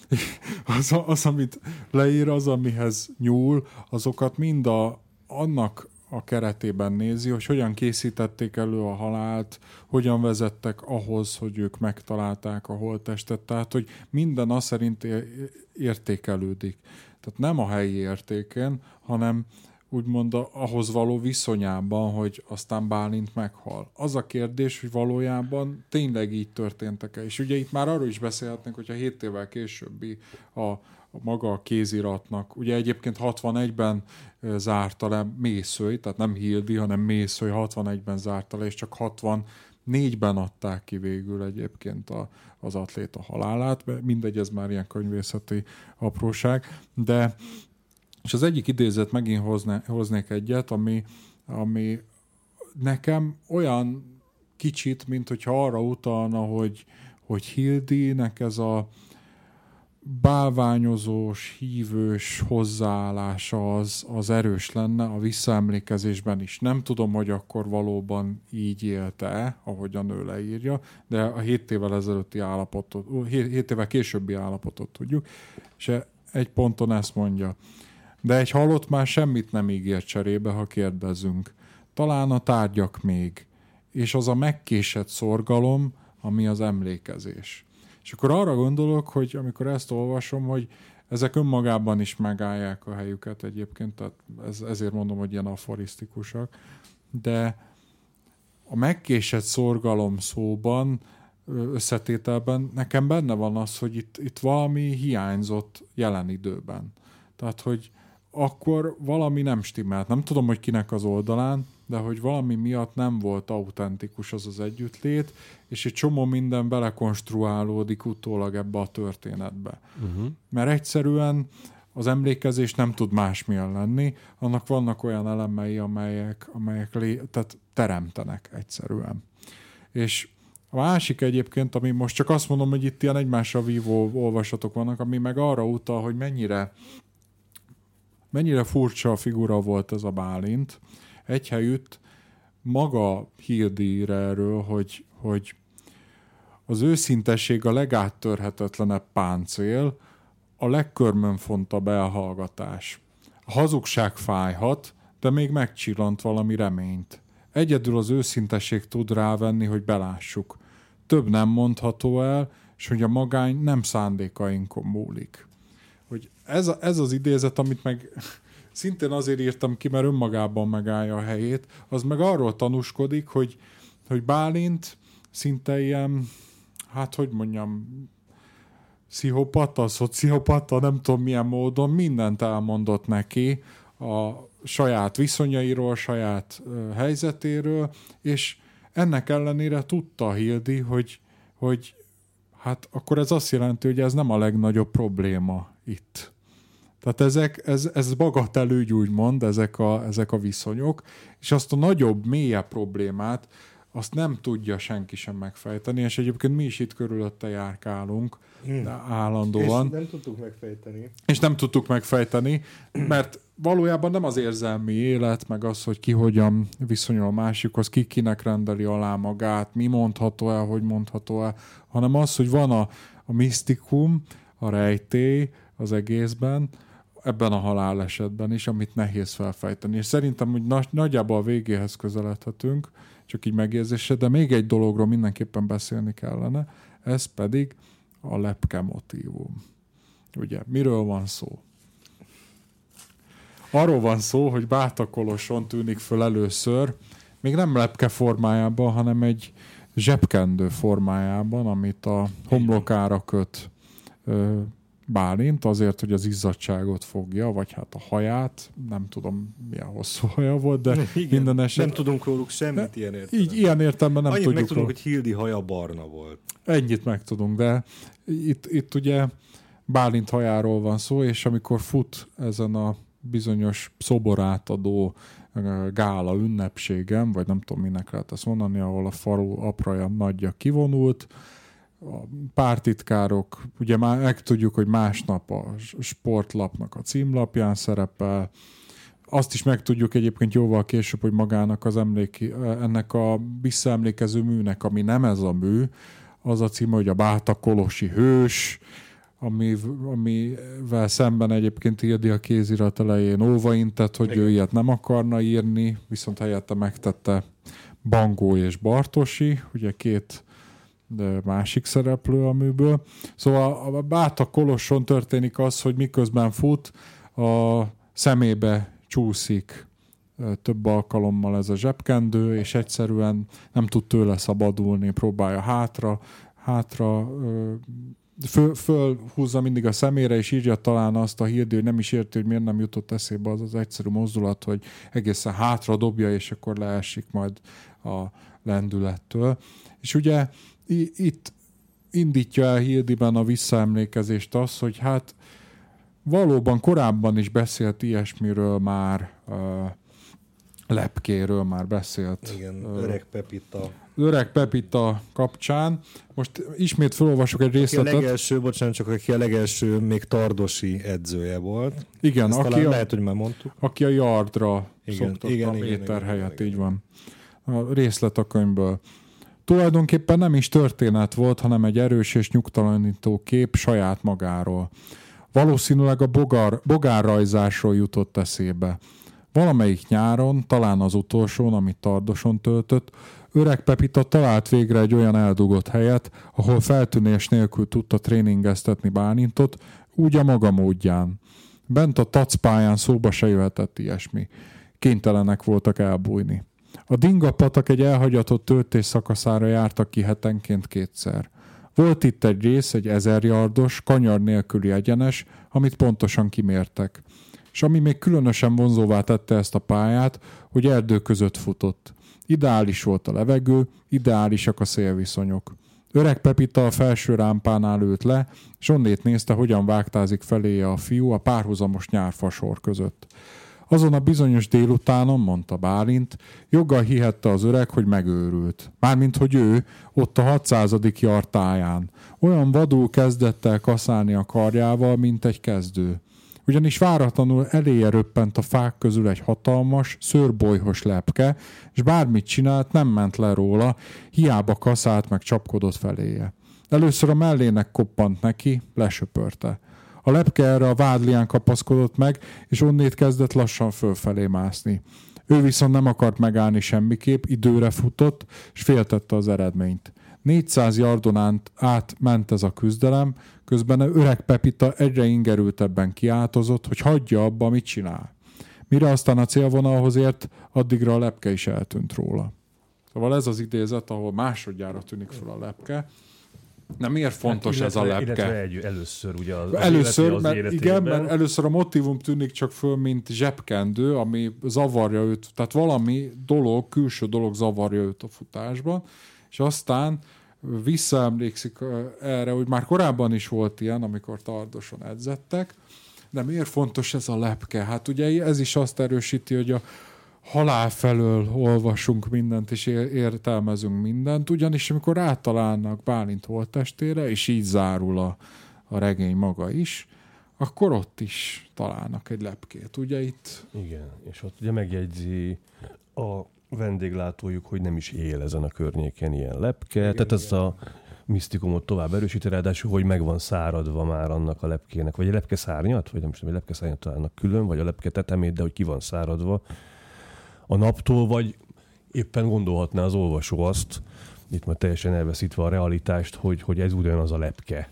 az, az, amit leír, az, amihez nyúl, azokat mind a, annak a keretében nézi, hogy hogyan készítették elő a halált, hogyan vezettek ahhoz, hogy ők megtalálták a holttestet, tehát hogy minden az szerint értékelődik. Tehát nem a helyi értéken, hanem úgymond ahhoz való viszonyában, hogy aztán Bálint meghal. Az a kérdés, hogy valójában tényleg így történtek-e. És ugye itt már arról is beszélhetnénk, hogyha hét évvel későbbi a a maga a kéziratnak. Ugye egyébként hatvanegyben zárta le Mészöly, tehát nem Hildi, hanem Mészöly hatvanegyben zárta le, és csak hatvannégyben adták ki végül egyébként a, az atléta halálát. Mindegy, ez már ilyen könyvészeti apróság. De, és az egyik idézet megint hozné, hoznék egyet, ami, ami nekem olyan kicsit, mint hogyha arra utalna, hogy, hogy Hildinek ez a bálványozós, hívős hozzáállása az, az erős lenne a visszaemlékezésben is. Nem tudom, hogy akkor valóban így élte, ahogyan ő leírja, de a hét évvel ezelőtti állapotot, hét évvel későbbi állapotot tudjuk, és egy ponton ezt mondja. De egy halott már semmit nem ígér cserébe, ha kérdezünk. Talán a tárgyak még, és az a megkésett szorgalom, ami az emlékezés. És akkor arra gondolok, hogy amikor ezt olvasom, hogy ezek önmagában is megállják a helyüket egyébként, tehát ez, ezért mondom, hogy ilyen aforisztikusak, de a megkésett szorgalom szóban, összetételben nekem benne van az, hogy itt, itt valami hiányzott jelen időben. Tehát, hogy akkor valami nem stimmelt. Nem tudom, hogy kinek az oldalán, de hogy valami miatt nem volt autentikus az az együttlét, és egy csomó minden belekonstruálódik utólag ebbe a történetbe. Uh-huh. Mert egyszerűen az emlékezés nem tud másmilyen lenni, annak vannak olyan elemei, amelyek, amelyek lé, tehát teremtenek egyszerűen. És a másik egyébként, ami most csak azt mondom, hogy itt ilyen egymásra vívó olvasatok vannak, ami meg arra utal, hogy mennyire mennyire furcsa figura volt ez a Bálint. Egyhelyütt maga Hildi ír erről, hogy, hogy az őszintesség a legáttörhetetlenebb páncél, a legkörmönfontabb elhallgatás. A hazugság fájhat, de még megcsillant valami reményt. Egyedül az őszintesség tud rávenni, hogy belássuk. Több nem mondható el, és hogy a magány nem szándékainkon múlik. Hogy ez, a, ez az idézet, amit meg szintén azért írtam ki, mert önmagában megállja a helyét, az meg arról tanúskodik, hogy, hogy Bálint szinte ilyen, hát hogy mondjam, pszichopata, szociopata, nem tudom milyen módon mindent elmondott neki a saját viszonyairól, saját uh, helyzetéről, és ennek ellenére tudta a Hildi, hogy, hogy hát akkor ez azt jelenti, hogy ez nem a legnagyobb probléma itt. Tehát ezek, ez, ez bagatelügy, úgymond, ezek a, ezek a viszonyok, és azt a nagyobb, mélyebb problémát, azt nem tudja senki sem megfejteni, és egyébként mi is itt körülötte járkálunk hmm. állandóan. És nem tudtuk megfejteni. És nem tudtuk megfejteni, mert valójában nem az érzelmi élet, meg az, hogy ki hogyan viszonyul a másikhoz, ki kinek rendeli alá magát, mi mondható el, hogy mondható el, hanem az, hogy van a, a misztikum, a rejtély az egészben, ebben a halálesetben is, amit nehéz felfejteni. És szerintem, hogy nagy, nagyjából a végéhez közeledhetünk, csak így megérzésre, de még egy dologról mindenképpen beszélni kellene, ez pedig a lepke motívum. Ugye, miről van szó? Arról van szó, hogy Báta Koloson tűnik föl először, még nem lepke formájában, hanem egy zsebkendő formájában, amit a homlokára köt ö, Bálint, azért, hogy az izzadságot fogja, vagy hát a haját, nem tudom milyen hosszú haja volt, de igen, minden eset... Nem tudunk róluk semmit ilyen értelemben. Így, ilyen értelemben nem Annyit tudjuk. meg tudunk, hogy Hildi haja barna volt. Ennyit megtudunk, de itt, itt ugye Bálint hajáról van szó, és amikor fut ezen a bizonyos szoborátadó gála ünnepségen, vagy nem tudom minek lehet ezt mondani, ahol a falu apraja nagyja kivonult, a pártitkárok, ugye már megtudjuk, hogy másnap a sportlapnak a címlapján szerepel, azt is megtudjuk egyébként jóval később, hogy magának az emléki, ennek a visszaemlékező műnek, ami nem ez a mű, az a címe, hogy a Báta Kolosi hős, ami, amivel szemben egyébként Hildi a kézirat elején óvaintett, hogy igen, ő ilyet nem akarna írni, viszont helyette megtette Bangó és Bartosi, ugye két de másik szereplő a műből. Szóval a Báta Koloson történik az, hogy miközben fut, a szemébe csúszik több alkalommal ez a zsebkendő, és egyszerűen nem tud tőle szabadulni, próbálja hátra, hátra föl, fölhúzza mindig a szemére, és írja talán azt a Hildi, hogy nem is érti, hogy miért nem jutott eszébe az az egyszerű mozdulat, hogy egészen hátra dobja, és akkor leesik majd a lendülettől. És ugye itt indítja el Hildiben a visszaemlékezést az, hogy hát valóban korábban is beszélt ilyesmiről már, uh, lepkéről már beszélt. Igen, uh, öreg Pepita. Öreg Pepita kapcsán. Most ismét felolvasok egy részletet. Aki a legelső, bocsánat, csak aki a legelső még tardosi edzője volt. Igen, ezt aki a, lehet, hogy már mondtuk. Aki a yardra igen, szoktatta igen, a igen, méter igen, helyett, igen, így igen. van. A részlet a könyvből. Tulajdonképpen nem is történet volt, hanem egy erős és nyugtalanító kép saját magáról. Valószínűleg a bogár, bogárrajzásról jutott eszébe. Valamelyik nyáron, talán az utolsón, amit Tardoson töltött, öreg Pepita talált végre egy olyan eldugott helyet, ahol feltűnés nélkül tudta tréningeztetni Bálintot, úgy a maga módján. Bent a tacpályán szóba se jöhetett ilyesmi. Kénytelenek voltak elbújni. A Dingapatak egy elhagyatott töltés szakaszára jártak ki hetenként kétszer. Volt itt egy rész, egy ezer yardos, kanyar nélküli egyenes, amit pontosan kimértek. És ami még különösen vonzóvá tette ezt a pályát, hogy erdő között futott. Ideális volt a levegő, ideálisak a szélviszonyok. Öreg Pepita a felső rámpánál ült le, és onnét nézte, hogyan vágtázik feléje a fiú a párhuzamos nyárfasor között. Azon a bizonyos délutánon, mondta Bálint, joggal hihette az öreg, hogy megőrült. Mármint, hogy ő ott a hatszázadik yard táján. Olyan vadul kezdett el kaszálni a karjával, mint egy kezdő. Ugyanis váratlanul eléje röppent a fák közül egy hatalmas, szőrbolyhos lepke, és bármit csinált, nem ment le róla, hiába kaszált meg csapkodott feléje. Először a mellének koppant neki, lesöpörte. A lepke erre a vádlián kapaszkodott meg, és onnét kezdett lassan fölfelé mászni. Ő viszont nem akart megállni semmiképp, időre futott, és féltette az eredményt. négyszáz yardon át ment ez a küzdelem, közben öreg Pepita egyre ingerültebben kiáltozott, hogy hagyja abba, mit csinál. Mire aztán a célvonalhoz ért, addigra a lepke is eltűnt róla. Szóval ez az idézet, ahol másodjára tűnik fel a lepke. De miért fontos hát, illetve, ez a lepke? Egy, először ugye az, először, az mert, igen, mert először a motívum tűnik csak föl, mint zsebkendő, ami zavarja őt, tehát valami dolog, külső dolog zavarja őt a futásban, és aztán visszaemlékszik erre, hogy már korábban is volt ilyen, amikor Tardoson edzettek, de miért fontos ez a lepke? Hát ugye ez is azt erősíti, hogy a halál felől olvasunk mindent, és értelmezünk mindent, ugyanis amikor áttalálnak Bálint holttestére, és így zárul a, a regény maga is, akkor ott is találnak egy lepkét, ugye itt? Igen, és ott ugye megjegyzi a vendéglátójuk, hogy nem is él ezen a környéken ilyen lepke, igen, tehát ez a misztikumot tovább erősíti, ráadásul, hogy meg van száradva már annak a lepkének, vagy a lepke szárnyat, vagy nem tudom, egy lepke szárnyat találnak külön, vagy a lepke tetemét, de hogy ki van száradva a naptól, vagy éppen gondolhatná az olvasó azt, itt már teljesen elveszítve a realitást, hogy, hogy ez ugyanaz a lepke.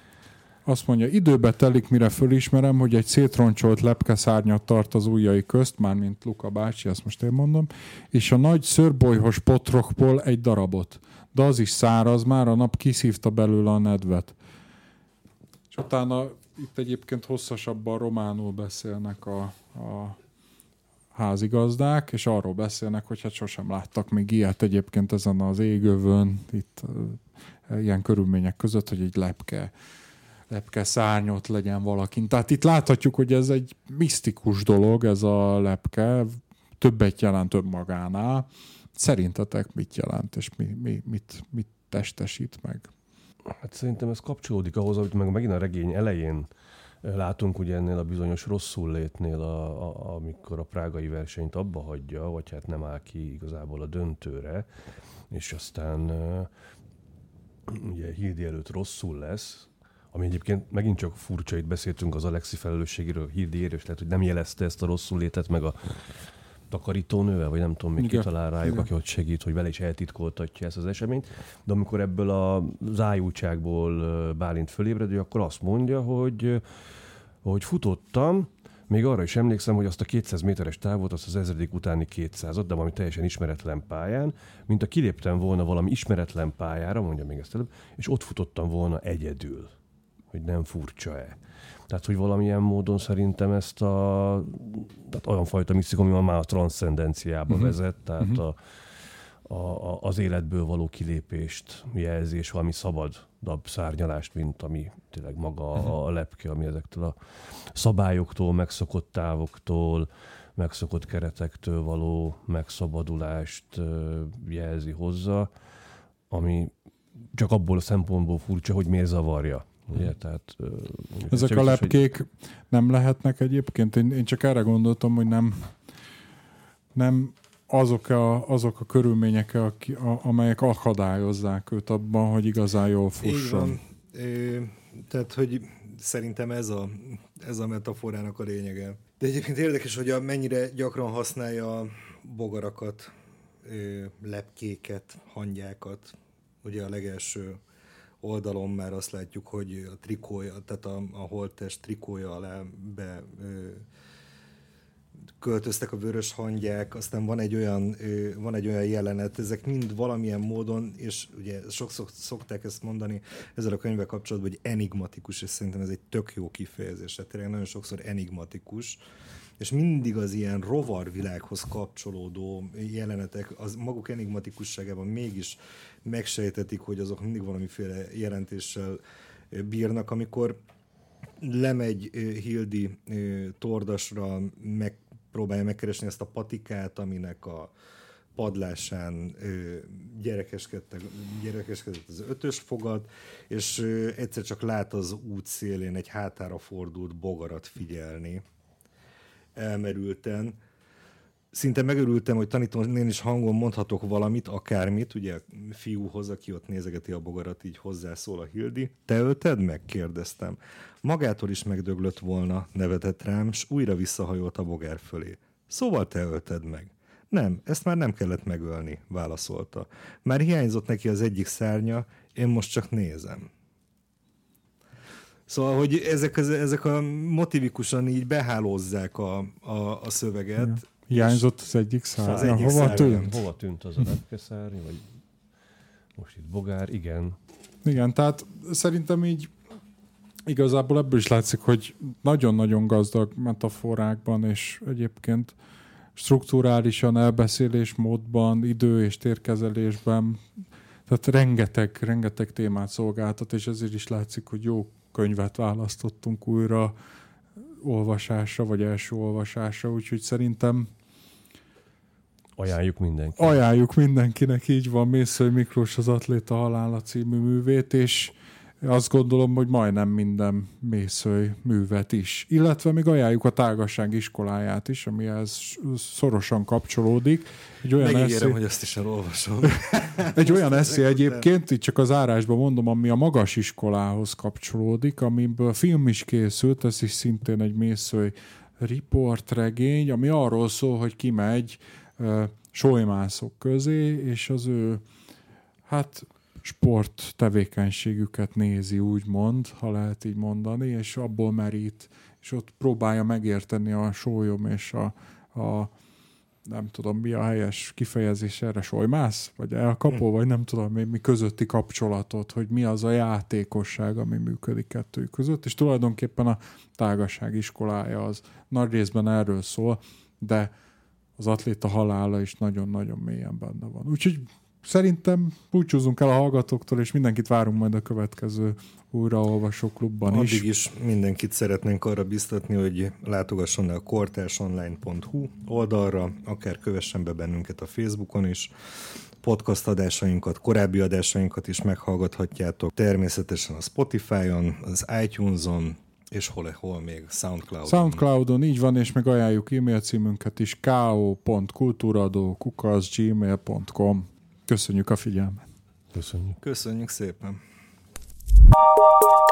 Azt mondja, időbe telik, mire fölismerem, hogy egy szétroncsolt lepke szárnyat tart az ujjai közt, mármint Luka bácsi, azt most én mondom, és a nagy szőrbolyhos potrokból egy darabot. De az is száraz, már a nap kiszívta belőle a nedvet. És utána itt egyébként hosszasabban románul beszélnek a, a házigazdák, és arról beszélnek, hogy hát sosem láttak még ilyet egyébként ezen az égövön, itt e, ilyen körülmények között, hogy egy lepke, lepke szárnyot legyen valakin. Tehát itt láthatjuk, hogy ez egy misztikus dolog, ez a lepke, többet jelent több magánál. Szerintetek mit jelent, és mi, mi, mit, mit testesít meg? Hát szerintem ez kapcsolódik ahhoz, amit meg megint a regény elején látunk, ugye ennél a bizonyos rosszul létnél, a, a, amikor a prágai versenyt abba hagyja, vagy hát nem áll ki igazából a döntőre, és aztán ugye Hildi előtt rosszul lesz, ami egyébként megint csak furcsa, itt beszéltünk az Alexi felelősségéről, Hildiéről, és lehet, hogy nem jelezte ezt a rosszul létet, meg a takarítónővel, vagy nem tudom, még kitalál rájuk, aki ott segít, hogy vele is eltitkoltatja ezt az eseményt. De amikor ebből a zájultságból Bálint fölébredő, akkor azt mondja, hogy, hogy futottam, még arra is emlékszem, hogy azt a kétszáz méteres távot, azt az ezredik utáni kétszázat, de valami teljesen ismeretlen pályán, mint a kiléptem volna valami ismeretlen pályára, mondja még ezt előbb, és ott futottam volna egyedül. Hogy nem furcsa-e. Tehát, hogy valamilyen módon szerintem ezt a tehát olyan fajta misztikum, ami már a transzcendenciába uh-huh. vezet, tehát uh-huh. a, a, az életből való kilépést jelzi, és valami szabadabb szárnyalást, mint ami tényleg maga uh-huh. a lepke, ami ezektől a szabályoktól, megszokott távoktól, megszokott keretektől való megszabadulást jelzi hozzá, ami csak abból a szempontból furcsa, hogy miért zavarja. Ugye, tehát, ezek a lepkék hogy... nem lehetnek egyébként? Én, én csak erre gondoltam, hogy nem, nem azok, a, azok a körülmények, a, a, amelyek akadályozzák őt abban, hogy igazán jól fusson. É, tehát, hogy szerintem ez a, ez a metaforának a lényege. De egyébként érdekes, hogy a, mennyire gyakran használja a bogarakat, lepkéket, hangyákat. Ugye a legelső oldalon már azt látjuk, hogy a trikója, tehát a, a holttest trikója alá be ö, költöztek a vörös hangyák, aztán van egy olyan, ö, van egy olyan jelenet, ezek mind valamilyen módon, és ugye sokszor szokták ezt mondani ezzel a könyvvel kapcsolatban, hogy enigmatikus, és szerintem ez egy tök jó kifejezés, tehát tényleg nagyon sokszor enigmatikus, és mindig az ilyen rovarvilághoz kapcsolódó jelenetek az maguk enigmatikusságában mégis megsejtetik, hogy azok mindig valamiféle jelentéssel bírnak, amikor lemegy Hildi Tordasra, megpróbálja megkeresni ezt a patikát, aminek a padlásán gyerekeskedtek, gyerekeskedett az ötös fogad, és egyszer csak lát az út szélén egy hátára fordult bogarat figyelni. Elmerülten. Szinte megörültem, hogy tanítom, én is hangon mondhatok valamit, akármit, ugye a fiúhoz, aki ott nézegeti a bogarat, így hozzászól a Hildi. Te ölted meg? Kérdeztem. Magától is megdöglött volna, nevetett rám, s újra visszahajolt a bogár fölé. Szóval te ölted meg. Nem, ezt már nem kellett megölni, válaszolta. Már hiányzott neki az egyik szárnya, én most csak nézem. Szóval, hogy ezek, ezek a motivikusan így behálózzák a, a, a szöveget. Ja. Hiányzott az egyik szárnya. Az egyik Hova szárnya. tűnt? Hova tűnt az a lepkeszárny, vagy most itt bogár, igen. Igen, tehát szerintem így igazából ebből is látszik, hogy nagyon-nagyon gazdag metaforákban, és egyébként strukturálisan elbeszélésmódban, idő- és térkezelésben, tehát rengeteg, rengeteg témát szolgáltat, és ezért is látszik, hogy jó könyvet választottunk újra olvasásra, vagy első olvasásra, úgyhogy szerintem ajánljuk mindenkinek. Ajánljuk mindenkinek, így van, Mészöly Miklós az Atléta halála című művét, és azt gondolom, hogy majdnem minden Mészöly művet is. Illetve még ajánljuk a Tágasság iskoláját is, amihez szorosan kapcsolódik. Egy olyan Megígérem, eszé... hogy ezt is elolvasom. Egy olyan eszé egyébként, itt csak az árásban mondom, ami a magas iskolához kapcsolódik, amiből film is készült, ez is szintén egy Mészöly riportregény, ami arról szól, hogy kimegy uh, solymászok közé, és az ő hát sport tevékenységüket nézi, úgymond, ha lehet így mondani, és abból merít, és ott próbálja megérteni a sólyom és a, a nem tudom, mi a helyes kifejezés erre, solymász? Vagy elkapó? Vagy nem tudom, mi, mi közötti kapcsolatot, hogy mi az a játékosság, ami működik kettőjük között, és tulajdonképpen a Tágasság iskolája az nagy részben erről szól, de az atléta halála is nagyon-nagyon mélyen benne van. Úgyhogy szerintem búcsúzunk el a hallgatóktól, és mindenkit várunk majd a következő újraolvasó klubban is. Addig is mindenkit szeretnénk arra biztatni, hogy látogasson el a kortársonline pont hu oldalra, akár kövessen be bennünket a Facebookon is. Podcast adásainkat, korábbi adásainkat is meghallgathatjátok. Természetesen a Spotify-on, az iTunes-on, és hol, hol még? Soundcloudon. Soundcloudon, így van, és meg ajánljuk e-mail címünket is ko pont kulturadó kukac gmail pont com. Köszönjük a figyelmet. Köszönjük. Köszönjük szépen.